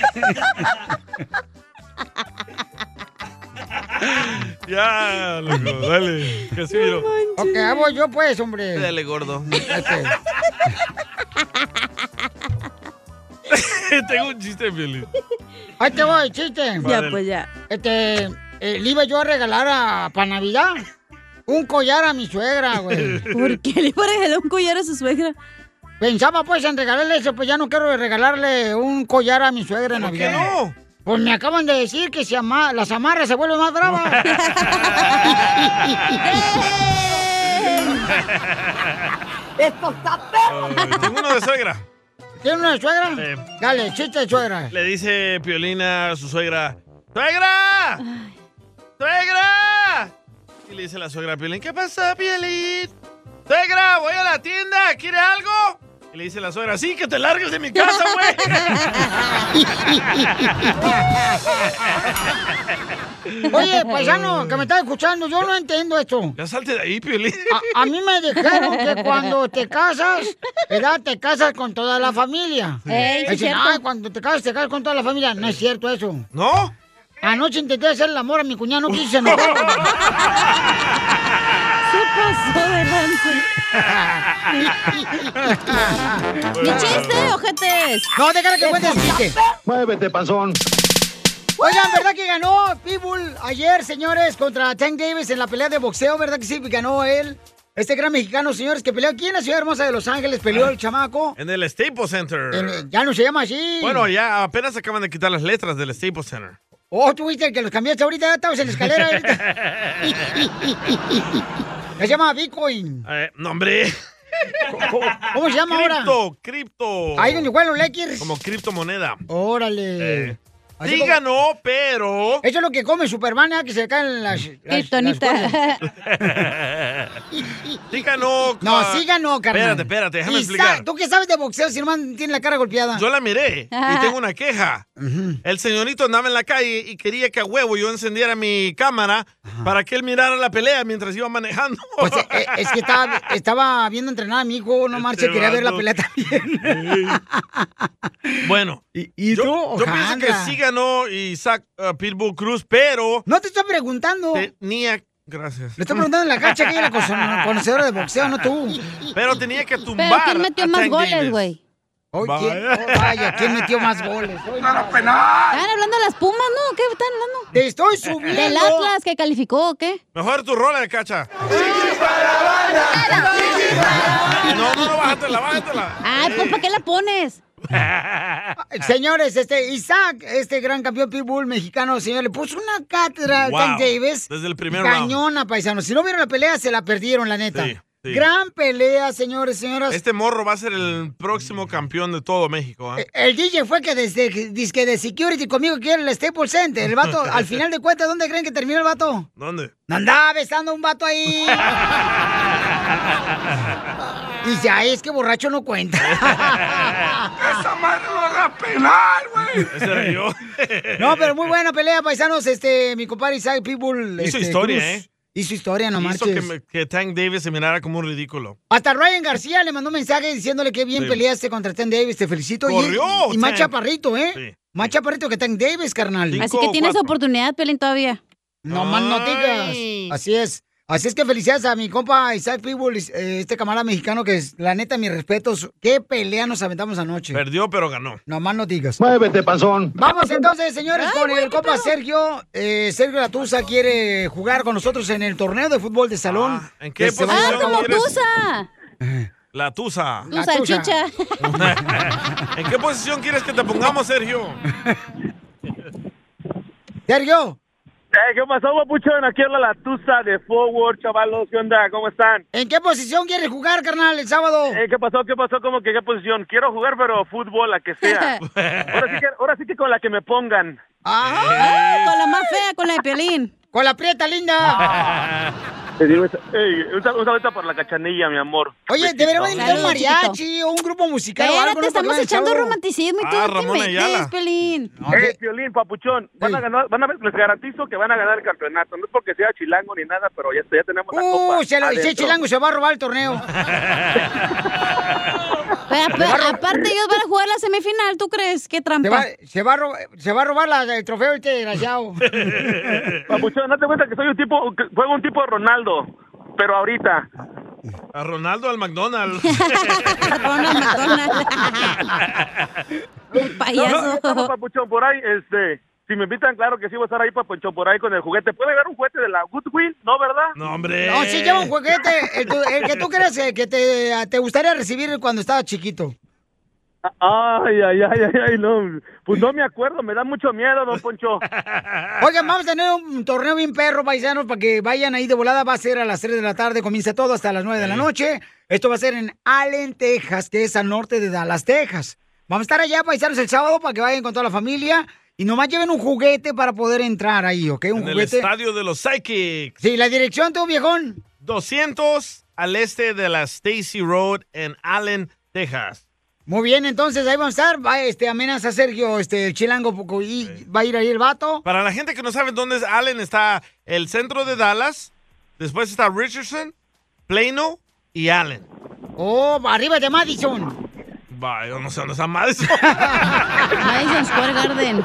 Ya, loco, dale. Casimiro. Ok, hago yo pues, hombre. Dale, gordo. Este. Tengo un chiste, Piolín. Ahí te voy, chiste. Ya, pues ya. Este, eh, le iba yo a regalar a, para Navidad un collar a mi suegra, güey. ¿Por qué le iba a regalar un collar a su suegra? Pensaba pues en regalarle eso, pues ya no quiero regalarle un collar a mi suegra en ¿Por Navidad. qué no? Pues me acaban de decir que se ama, las amarras se vuelven más bravas. ¡Esto está perro! Uh, tengo uno de suegra. ¿Tienes una de suegra? Eh, Dale, chiste de suegra. Le dice Piolín a su suegra: ¡Suegra! ¡Suegra! Y le dice la suegra a Piolín: ¿Qué pasa, Piolín? ¡Suegra, voy a la tienda! ¿Quiere algo? Y le dice la suegra: ¡Sí, que te largues de mi casa, güey! Oye, paisano, que me estás escuchando, yo no entiendo esto. Ya salte de ahí, Piolín. A, a mí me dijeron que cuando te casas, ¿verdad? Te casas con toda la familia. Sí. Ey, sí, Dicen, cierto. ay, cuando te casas, te casas con toda la familia. No es cierto eso. ¿No? Anoche intenté hacer el amor a mi cuñado, no quise, no. Se pasó de lanza. ¡Mi chiste, ojetes! No, déjale que cuente el chiste. Muévete, panzón. Oigan, ¿verdad que ganó Pitbull ayer, señores, contra Tank Davis en la pelea de boxeo? ¿Verdad que sí? Ganó él. Este gran mexicano, señores, que peleó aquí en la ciudad hermosa de Los Ángeles, peleó el chamaco. En el Staples Center. En- ya no se llama así. Bueno, ya apenas acaban de quitar las letras del Staples Center. Oh, tú viste el que los cambiaste ahorita, ya estabas en la escalera. ahorita. Se llama Bitcoin. Eh, no, hombre. ¿Cómo, cómo se llama ahora? Cripto, cripto. Ahí donde juegan los Lakers. Como criptomoneda. Órale. Eh, Así sí como- ganó, pero... Eso es lo que come Superman, ¿eh? Que se le caen las... las- Kriptonita. las cosas. Sí ganó. No, ah, sí ganó, carnal. Espérate, espérate, déjame Y explicar. sa- ¿Tú qué sabes de boxeo si nomás tiene la cara golpeada? Yo la miré y tengo una queja. El señorito andaba en la calle y quería que a huevo yo encendiera mi cámara para que él mirara la pelea mientras iba manejando. Pues eh, eh, es que estaba, estaba viendo entrenar a mi hijo, no marche, quería ver la vato. pelea también. Bueno, ¿Y yo, tú? yo pienso que Ojandra. sí ganó Isaac uh, Pitbull Cruz, pero No te estoy preguntando. tenía... Gracias. Le estoy preguntando a la cacha que ella es la conocedora de boxeo, no tú. Pero tenía que Pero tumbar ¿quién metió a más Tank goles, Davis. güey? Oye, ¿quién? Vaya. Oh, vaya, ¿quién metió más goles? Oye, no. Estaban hablando de las Pumas, ¿no? ¿Qué están hablando? Te estoy subiendo. ¿Del Atlas que calificó o qué? Mejor tu rola, cacha. No, no, no, bájatela, bájatela. Ay, pues ¿para qué la pones? Señores, este Isaac, este gran campeón pitbull mexicano, señor, le puso una cátedra a Wow. Tank Davis. Desde el primer round. Cañona, paisanos. Si no vieron la pelea, se la perdieron, la neta. Sí, sí. Gran pelea, señores, señoras. Este morro va a ser el próximo campeón de todo México. ¿eh? El D J fue que desde que de security conmigo quiere el Staples Center. El vato, al final de cuentas, ¿dónde creen que terminó el vato? ¿Dónde? Andaba besando a un vato ahí. Dice, ay, es que borracho no cuenta. ¡Esa madre no haga penar, güey! Ese era yo. No, pero muy buena pelea, paisanos. Este, mi compadre Isaac Pitbull. Hizo este, historia, Cruz. ¿eh? Hizo historia, no Hizo marches. que, me- que Tank Davis se mirara como un ridículo. Hasta Ryan García le mandó un mensaje diciéndole que bien Sí. peleaste contra Tank Davis, te felicito. Y- Corrió, Y, y más Tank. chaparrito, ¿eh? Sí. Más chaparrito que Tank Davis, carnal. Cinco Así que o tienes cuatro. oportunidad, Pelín, todavía. No más no digas. Así es. Así es que felicidades a mi compa Isaac Pitbull, eh, este camarada mexicano que es, la neta, mis respetos. Qué pelea nos aventamos anoche. Perdió, pero ganó. No más no digas. Muévete, panzón. Vamos entonces, señores, con el compa Sergio. Eh, Sergio La Tusa quiere jugar con nosotros en el torneo de fútbol de salón. Ah, ¿en qué que se va a posición llevar a cabo- ¡Como Tusa! La Tusa. Tu salchicha. ¿En qué posición quieres que te pongamos, Sergio? Sergio. Eh, ¿Qué pasó, papuchón? Aquí habla la Tusa de Forward, chavalos. ¿Qué onda? ¿Cómo están? ¿En qué posición quieres jugar, carnal, el sábado? Eh, ¿Qué pasó? ¿Qué pasó? ¿Cómo que qué posición? Quiero jugar, pero fútbol, la que sea. Ahora sí que, ahora sí que con la que me pongan. Ah, con la más fea, con la de Piolín. Con la prieta linda. Te digo, ey, un sal- un saludo por la cachanilla, mi amor. Oye, deberíamos invitar un Saludos, mariachi o un grupo musical o algo. Espérate, ¿no? Para estamos que echando vaya el romanticismo y Ah, tú te Ramón metes, Ayala. Piolín. Eh, Piolín, papuchón, van a ganar, van a ver, les garantizo que van a ganar el campeonato. No es porque sea chilango ni nada, pero ya, ya tenemos la copa. Uh, se lo, ese adentro. chilango se va a robar el torneo. Pero, pero, aparte ellos van a jugar la semifinal, ¿tú crees? ¿Qué Se trampa? va, se va, a, robar, se va a robar la- el trofeo este desgraciado. Papuchón, date cuenta que soy un tipo, que juego un tipo de Ronaldo, pero ahorita. A Ronaldo al McDonald's. Ronald McDonald. El payaso. No, no, estamos, papuchón, por ahí, este, si me invitan, claro que sí voy a estar ahí, papuchón, por ahí con el juguete. ¿Puede haber un juguete de la Goodwill? ¿No, verdad? No, hombre. No, sí lleva un juguete, el, tu- el que tú crees eh, que te, te gustaría recibir cuando estabas chiquito. Ay, ay, ay, ay, ay, no. Pues no me acuerdo, me da mucho miedo, don Poncho. Oigan, vamos a tener un torneo bien perro, paisanos, para que vayan ahí de volada. Va a ser a las tres de la tarde, comienza todo hasta las nueve de la noche. Esto va a ser en Allen, Texas, que es al norte de Dallas, Texas. Vamos a estar allá, paisanos, el sábado para que vayan con toda la familia. Y nomás lleven un juguete para poder entrar ahí, ¿ok? Un En el juguete. estadio de los Psychics. Sí, la dirección, tú, viejón. doscientos al este de la Stacy Road en Allen, Texas. Muy bien, entonces ahí vamos a estar. Va, este, amenaza Sergio, este, el chilango, poco, y va a ir ahí el vato. Para la gente que no sabe dónde es Allen, está el centro de Dallas, después está Richardson, Plano y Allen. Oh, arriba de Madison. Va, yo no sé dónde está Madison. Madison Square Garden.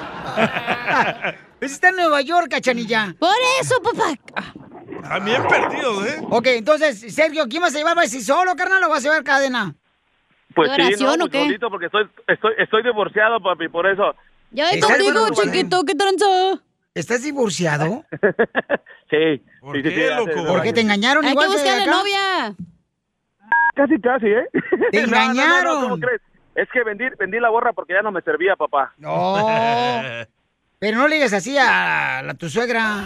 Ese está en Nueva York, cachanilla. Por eso, papá. Están bien perdidos, ¿eh? Ok, entonces, Sergio, ¿quién vas a llevar? ¿Vas a ir solo, carnal, o vas a llevar cadena? Pues sí, ¿Oración no, o pues qué? solito porque estoy, estoy, estoy divorciado, papi, por eso. Ya voy ¿Estás contigo, divorciado? chiquito, ¿qué tranza? ¿Estás divorciado? Sí. ¿Por sí, sí, qué, sí, hace loco? dos Porque años. te engañaron Hay que igual que buscarle acá. novia. Casi, casi, ¿eh? Te No, no, no, no, engañaron. ¿cómo crees? Es que vendí, vendí la gorra porque ya no me servía, papá. No. Pero no le digas así a, la, tu suegra.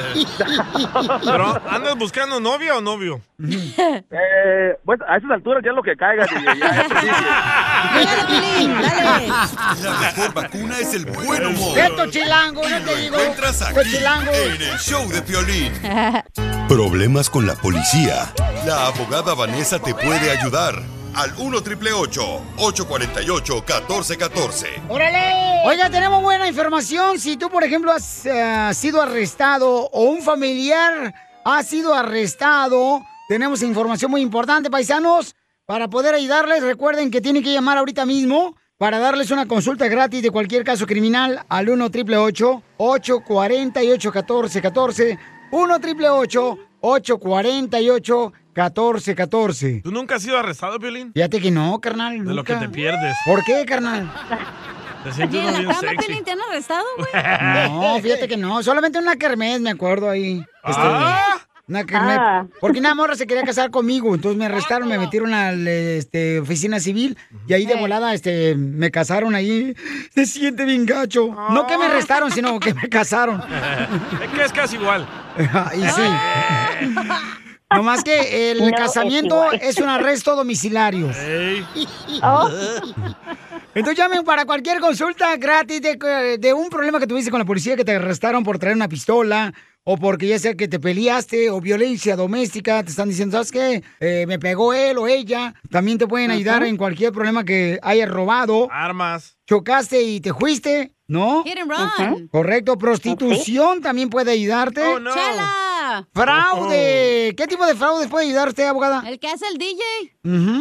Pero, ¿andas buscando novia o novio? Eh, bueno, a esas alturas ya es lo que caiga, D J, ya, ya te dije. Dale, Piolín, dale. La mejor vacuna es el buen humor. Esto chilango, no Y te lo digo. encuentras Esto aquí, chilango. en el show de Piolín. Problemas con la policía. La abogada Vanessa te puede ayudar. Al uno triple ocho, ocho cuatro ocho, uno cuatro uno cuatro. ¡Órale! Oiga, tenemos buena información. Si tú, por ejemplo, has eh, sido arrestado o un familiar ha sido arrestado, tenemos información muy importante, paisanos. Para poder ayudarles, recuerden que tienen que llamar ahorita mismo para darles una consulta gratis de cualquier caso criminal al uno triple ocho, ocho cuatro ocho, uno cuatro uno cuatro. uno triple ocho, ocho cuatro ocho, uno cuatro uno cuatro. ¿Tú nunca has sido arrestado, Piolín? Fíjate que no, carnal. De lo que nunca. te pierdes. ¿Por qué, carnal? Te sientes ¿Y en uno la bien cama, sexy. Piolín, te han arrestado, güey? No, fíjate que no. Solamente una kermés, me acuerdo ahí. Este, Ah. Una kermés. Ah. Porque una morra se quería casar conmigo. Entonces me arrestaron, me metieron a la este, oficina civil. Y ahí de volada este, me casaron ahí. Se siente bien gacho. No que me arrestaron, sino que me casaron. Es que es casi igual. Y sí. No más que el No, es casamiento igual. es un arresto domiciliario. Ey. Oh. Entonces llamen para cualquier consulta gratis de, de un problema que tuviste con la policía, que te arrestaron por traer una pistola, o porque ya sea que te peleaste, o violencia doméstica, te están diciendo, ¿sabes qué? Eh, me pegó él o ella. También te pueden ayudar en cualquier problema que hayas robado, Armas. chocaste y te fuiste, ¿no? Hit and run. Correcto, prostitución también puede ayudarte. Oh, no. Chela. Fraude. ¿Qué tipo de fraude puede ayudar usted, abogada? El que hace el D J. Ujú.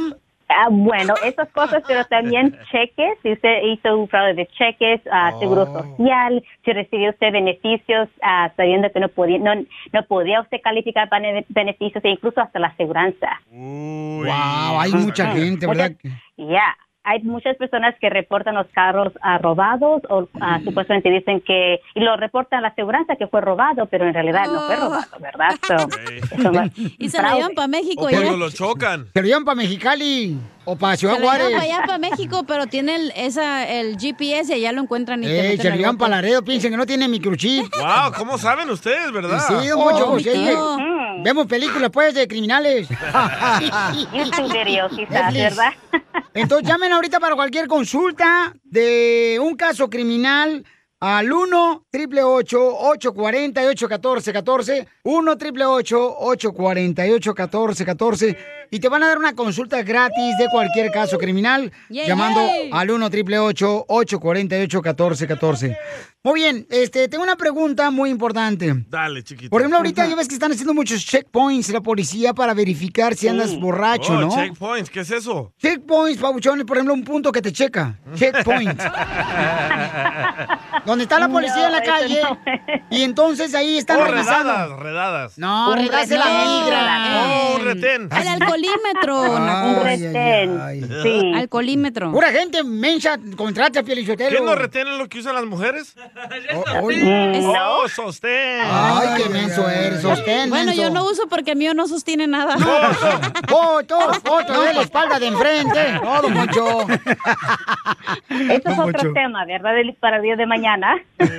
Ah, bueno, esas cosas, pero también cheques, si usted hizo un fraude de cheques, uh, seguro social, si recibió usted beneficios uh, sabiendo que no podía, no, no podía usted calificar para beneficios e incluso hasta la aseguranza. Wow, hay mucha gente, ¿verdad? Ya. Yeah. Hay muchas personas que reportan los carros uh, robados o uh, supuestamente dicen que, y lo reportan a la aseguranza que fue robado, pero en realidad no fue robado, ¿verdad? So, eso no, y se lo llevan para México. O cuando lo chocan. Se lo llevan para Mexicali o para Ciudad Se lo llevan Juárez. para allá, para México, pero tiene el, esa, el G P S y allá lo encuentran. Y te Ey, meten se lo al llevan bote. para Laredo, piensen que no tiene microchip. Wow, ¿cómo saben ustedes, verdad? Sí, don Oh, Poncho, sí, tío. vemos películas pues de criminales. YouTube videos quizás, Netflix. ¿verdad? Entonces llamen ahorita para cualquier consulta de un caso criminal al uno, triple ocho, ocho cuatro ocho, uno cuatro uno cuatro, uno, triple ocho, ocho cuatro ocho, uno cuatro uno cuatro, y te van a dar una consulta gratis de cualquier caso criminal Yay, llamando yay. al uno, triple ocho, ocho cuatro ocho, uno cuatro uno cuatro. Muy bien, este, tengo una pregunta muy importante. Dale, chiquito. Por ejemplo, ahorita ya ves que están haciendo muchos checkpoints la policía para verificar si andas borracho, Oh, ¿no? checkpoints, ¿qué es eso? Checkpoints, pabuchones, por ejemplo, un punto que te checa. Checkpoints. Donde está la policía No, en la eso calle no. y entonces ahí están Oh, revisando. redadas, redadas. No, Un redadas de la retén. migra. Oh, un retén. El alcoholímetro. Un Ay, retén. ay, ay. Sí. Alcoholímetro. Pura gente mensa contrata Pielichotelo. ¿Qué no retienen lo que usan las mujeres? Oh, oye. Oh, sostén. Ay, qué menso eres, sostén, Bueno, menso. yo no uso porque el mío no sostiene nada. Foto, foto de la espalda de enfrente. No, don Poncho. Esto es otro tema, ¿verdad? Del- Para el día de mañana.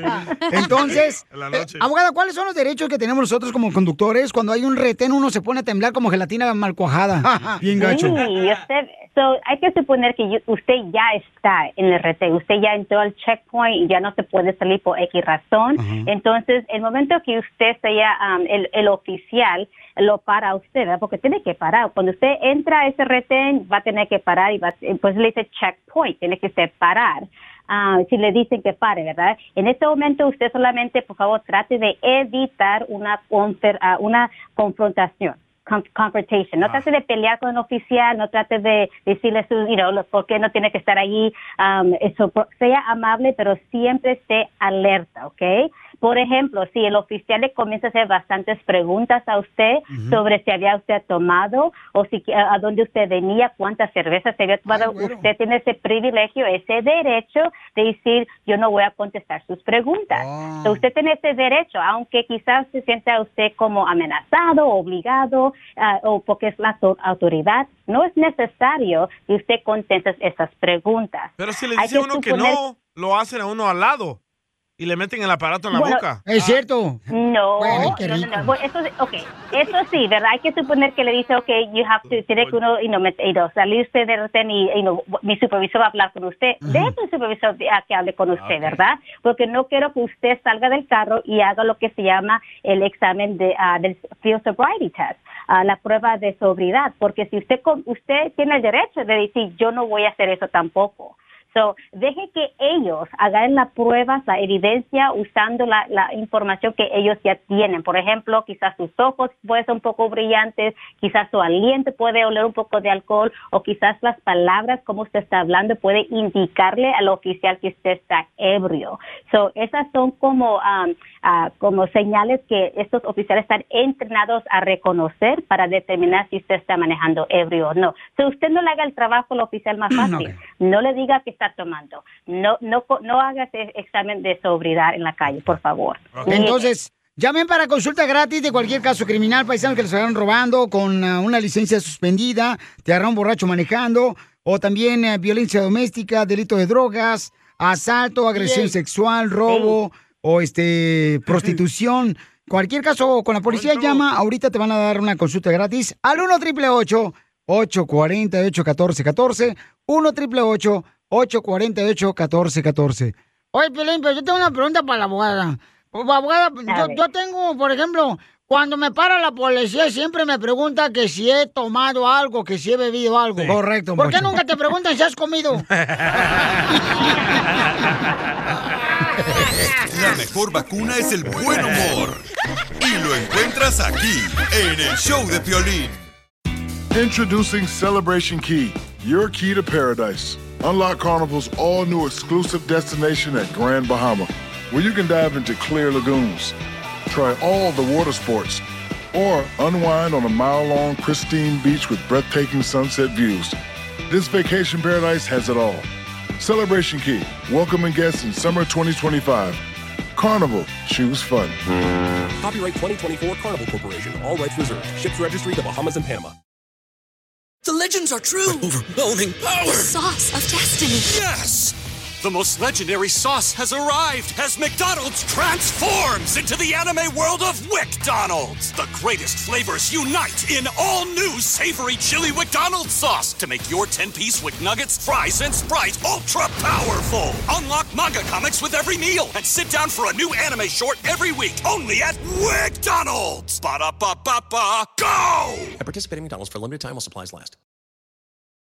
Entonces, En la eh, noche. abogada, ¿cuáles son los derechos que tenemos nosotros como conductores cuando hay un retén uno se pone a temblar como gelatina mal cuajada? Bien gacho. Sí, usted, so, hay que suponer que yo- usted ya está en el retén, usted ya entró al checkpoint y ya no se puede salir por X razón. Entonces, el momento que usted sea um, el, el oficial, lo para a usted, ¿verdad? Porque tiene que parar. Cuando usted entra a ese retén, va a tener que parar y va, pues le dice checkpoint, tiene que usted parar. Ah, si le dicen que pare, ¿verdad? En este momento usted solamente, por favor, trate de evitar una, confer- ah, una confrontación. con- Confrontation. No trate de pelear con el oficial, no trate de decirle su, you know, lo- por qué no tiene que estar allí. Um, eso, por- sea amable, pero siempre esté alerta, ¿ok? Por ejemplo, si el oficial le comienza a hacer bastantes preguntas a usted Ujú. sobre si había usted tomado o si a, a dónde usted venía, cuántas cervezas se había tomado, usted tiene ese privilegio, ese derecho de decir, yo no voy a contestar sus preguntas. So, usted tiene ese derecho, aunque quizás se sienta usted como amenazado, obligado, ah, o porque es la auto- autoridad, no es necesario que usted conteste esas preguntas. Pero si le Hay dice que uno que suponer- no, lo hacen a uno al lado y le meten el aparato en la Bueno, boca. Es cierto. No, Bueno, qué no, no, rico. no. Bueno, eso, okay. Eso sí, ¿verdad? Hay que suponer que le dice, ok, you have to, tiene que uno, you know, met- you know, salirse del retén y, you know, mi supervisor va a hablar con usted. Deje que el supervisor a que hable con usted, ¿verdad? Porque no quiero que usted salga del carro y haga lo que se llama el examen de, ah, del field sobriety test, ah, la prueba de sobriedad, porque si usted, con- usted tiene el derecho de decir, yo no voy a hacer eso tampoco. So, deje que ellos hagan la prueba, la evidencia, usando la, la información que ellos ya tienen. Por ejemplo, quizás sus ojos pueden ser un poco brillantes, quizás su aliento puede oler un poco de alcohol, o quizás las palabras, como usted está hablando, puede indicarle al oficial que usted está ebrio. So, esas son como, um, ah, como señales que estos oficiales están entrenados a reconocer para determinar si usted está manejando ebrio o no. Si usted no le haga el trabajo al oficial más fácil, no le diga que está tomando, no no no haga ese examen de sobriedad en la calle, por favor. Entonces, llamen para consulta gratis de cualquier caso criminal, paisanos que les hagan robando con uh, una licencia suspendida, te agarran borracho manejando, o también uh, violencia doméstica, delito de drogas, asalto, agresión Sí. sexual, robo, o este prostitución. Cualquier caso con la policía llama, ahorita te van a dar una consulta gratis al uno triple ocho, ocho cuatro ocho, uno cuatro uno cuatro, uno triple ocho, ocho cuatro ocho, uno cuatro uno cuatro. Oye, Piolín, pero yo tengo una pregunta para la abogada. Pues, abogada, yo, yo tengo, por ejemplo, cuando me para la policía siempre me pregunta que si he tomado algo, que si he bebido algo. Correcto, ¿Por qué Poncho. nunca te preguntan si has comido? La mejor vacuna es el buen humor. Y lo encuentras aquí, en el show de Piolín. Introducing Celebration Key, your key to paradise. Unlock Carnival's all-new exclusive destination at Grand Bahama, where you can dive into clear lagoons, try all the water sports, or unwind on a mile-long pristine beach with breathtaking sunset views. This vacation paradise has it all. Celebration Key, welcoming guests in summer twenty twenty-five. Carnival, choose fun. Copyright twenty twenty-four Carnival Corporation. All rights reserved. Ships registry the Bahamas and Panama. The legends are true. Overwhelming power! The sauce of destiny. Yes! The most legendary sauce has arrived as McDonald's transforms into the anime world of WickDonald's. The greatest flavors unite in all new savory chili McDonald's sauce to make your ten-piece Wick Nuggets, fries, and Sprite ultra-powerful. Unlock manga comics with every meal and sit down for a new anime short every week only at WickDonald's. Ba-da-ba-ba-ba, go! At participating McDonald's for a limited time while supplies last.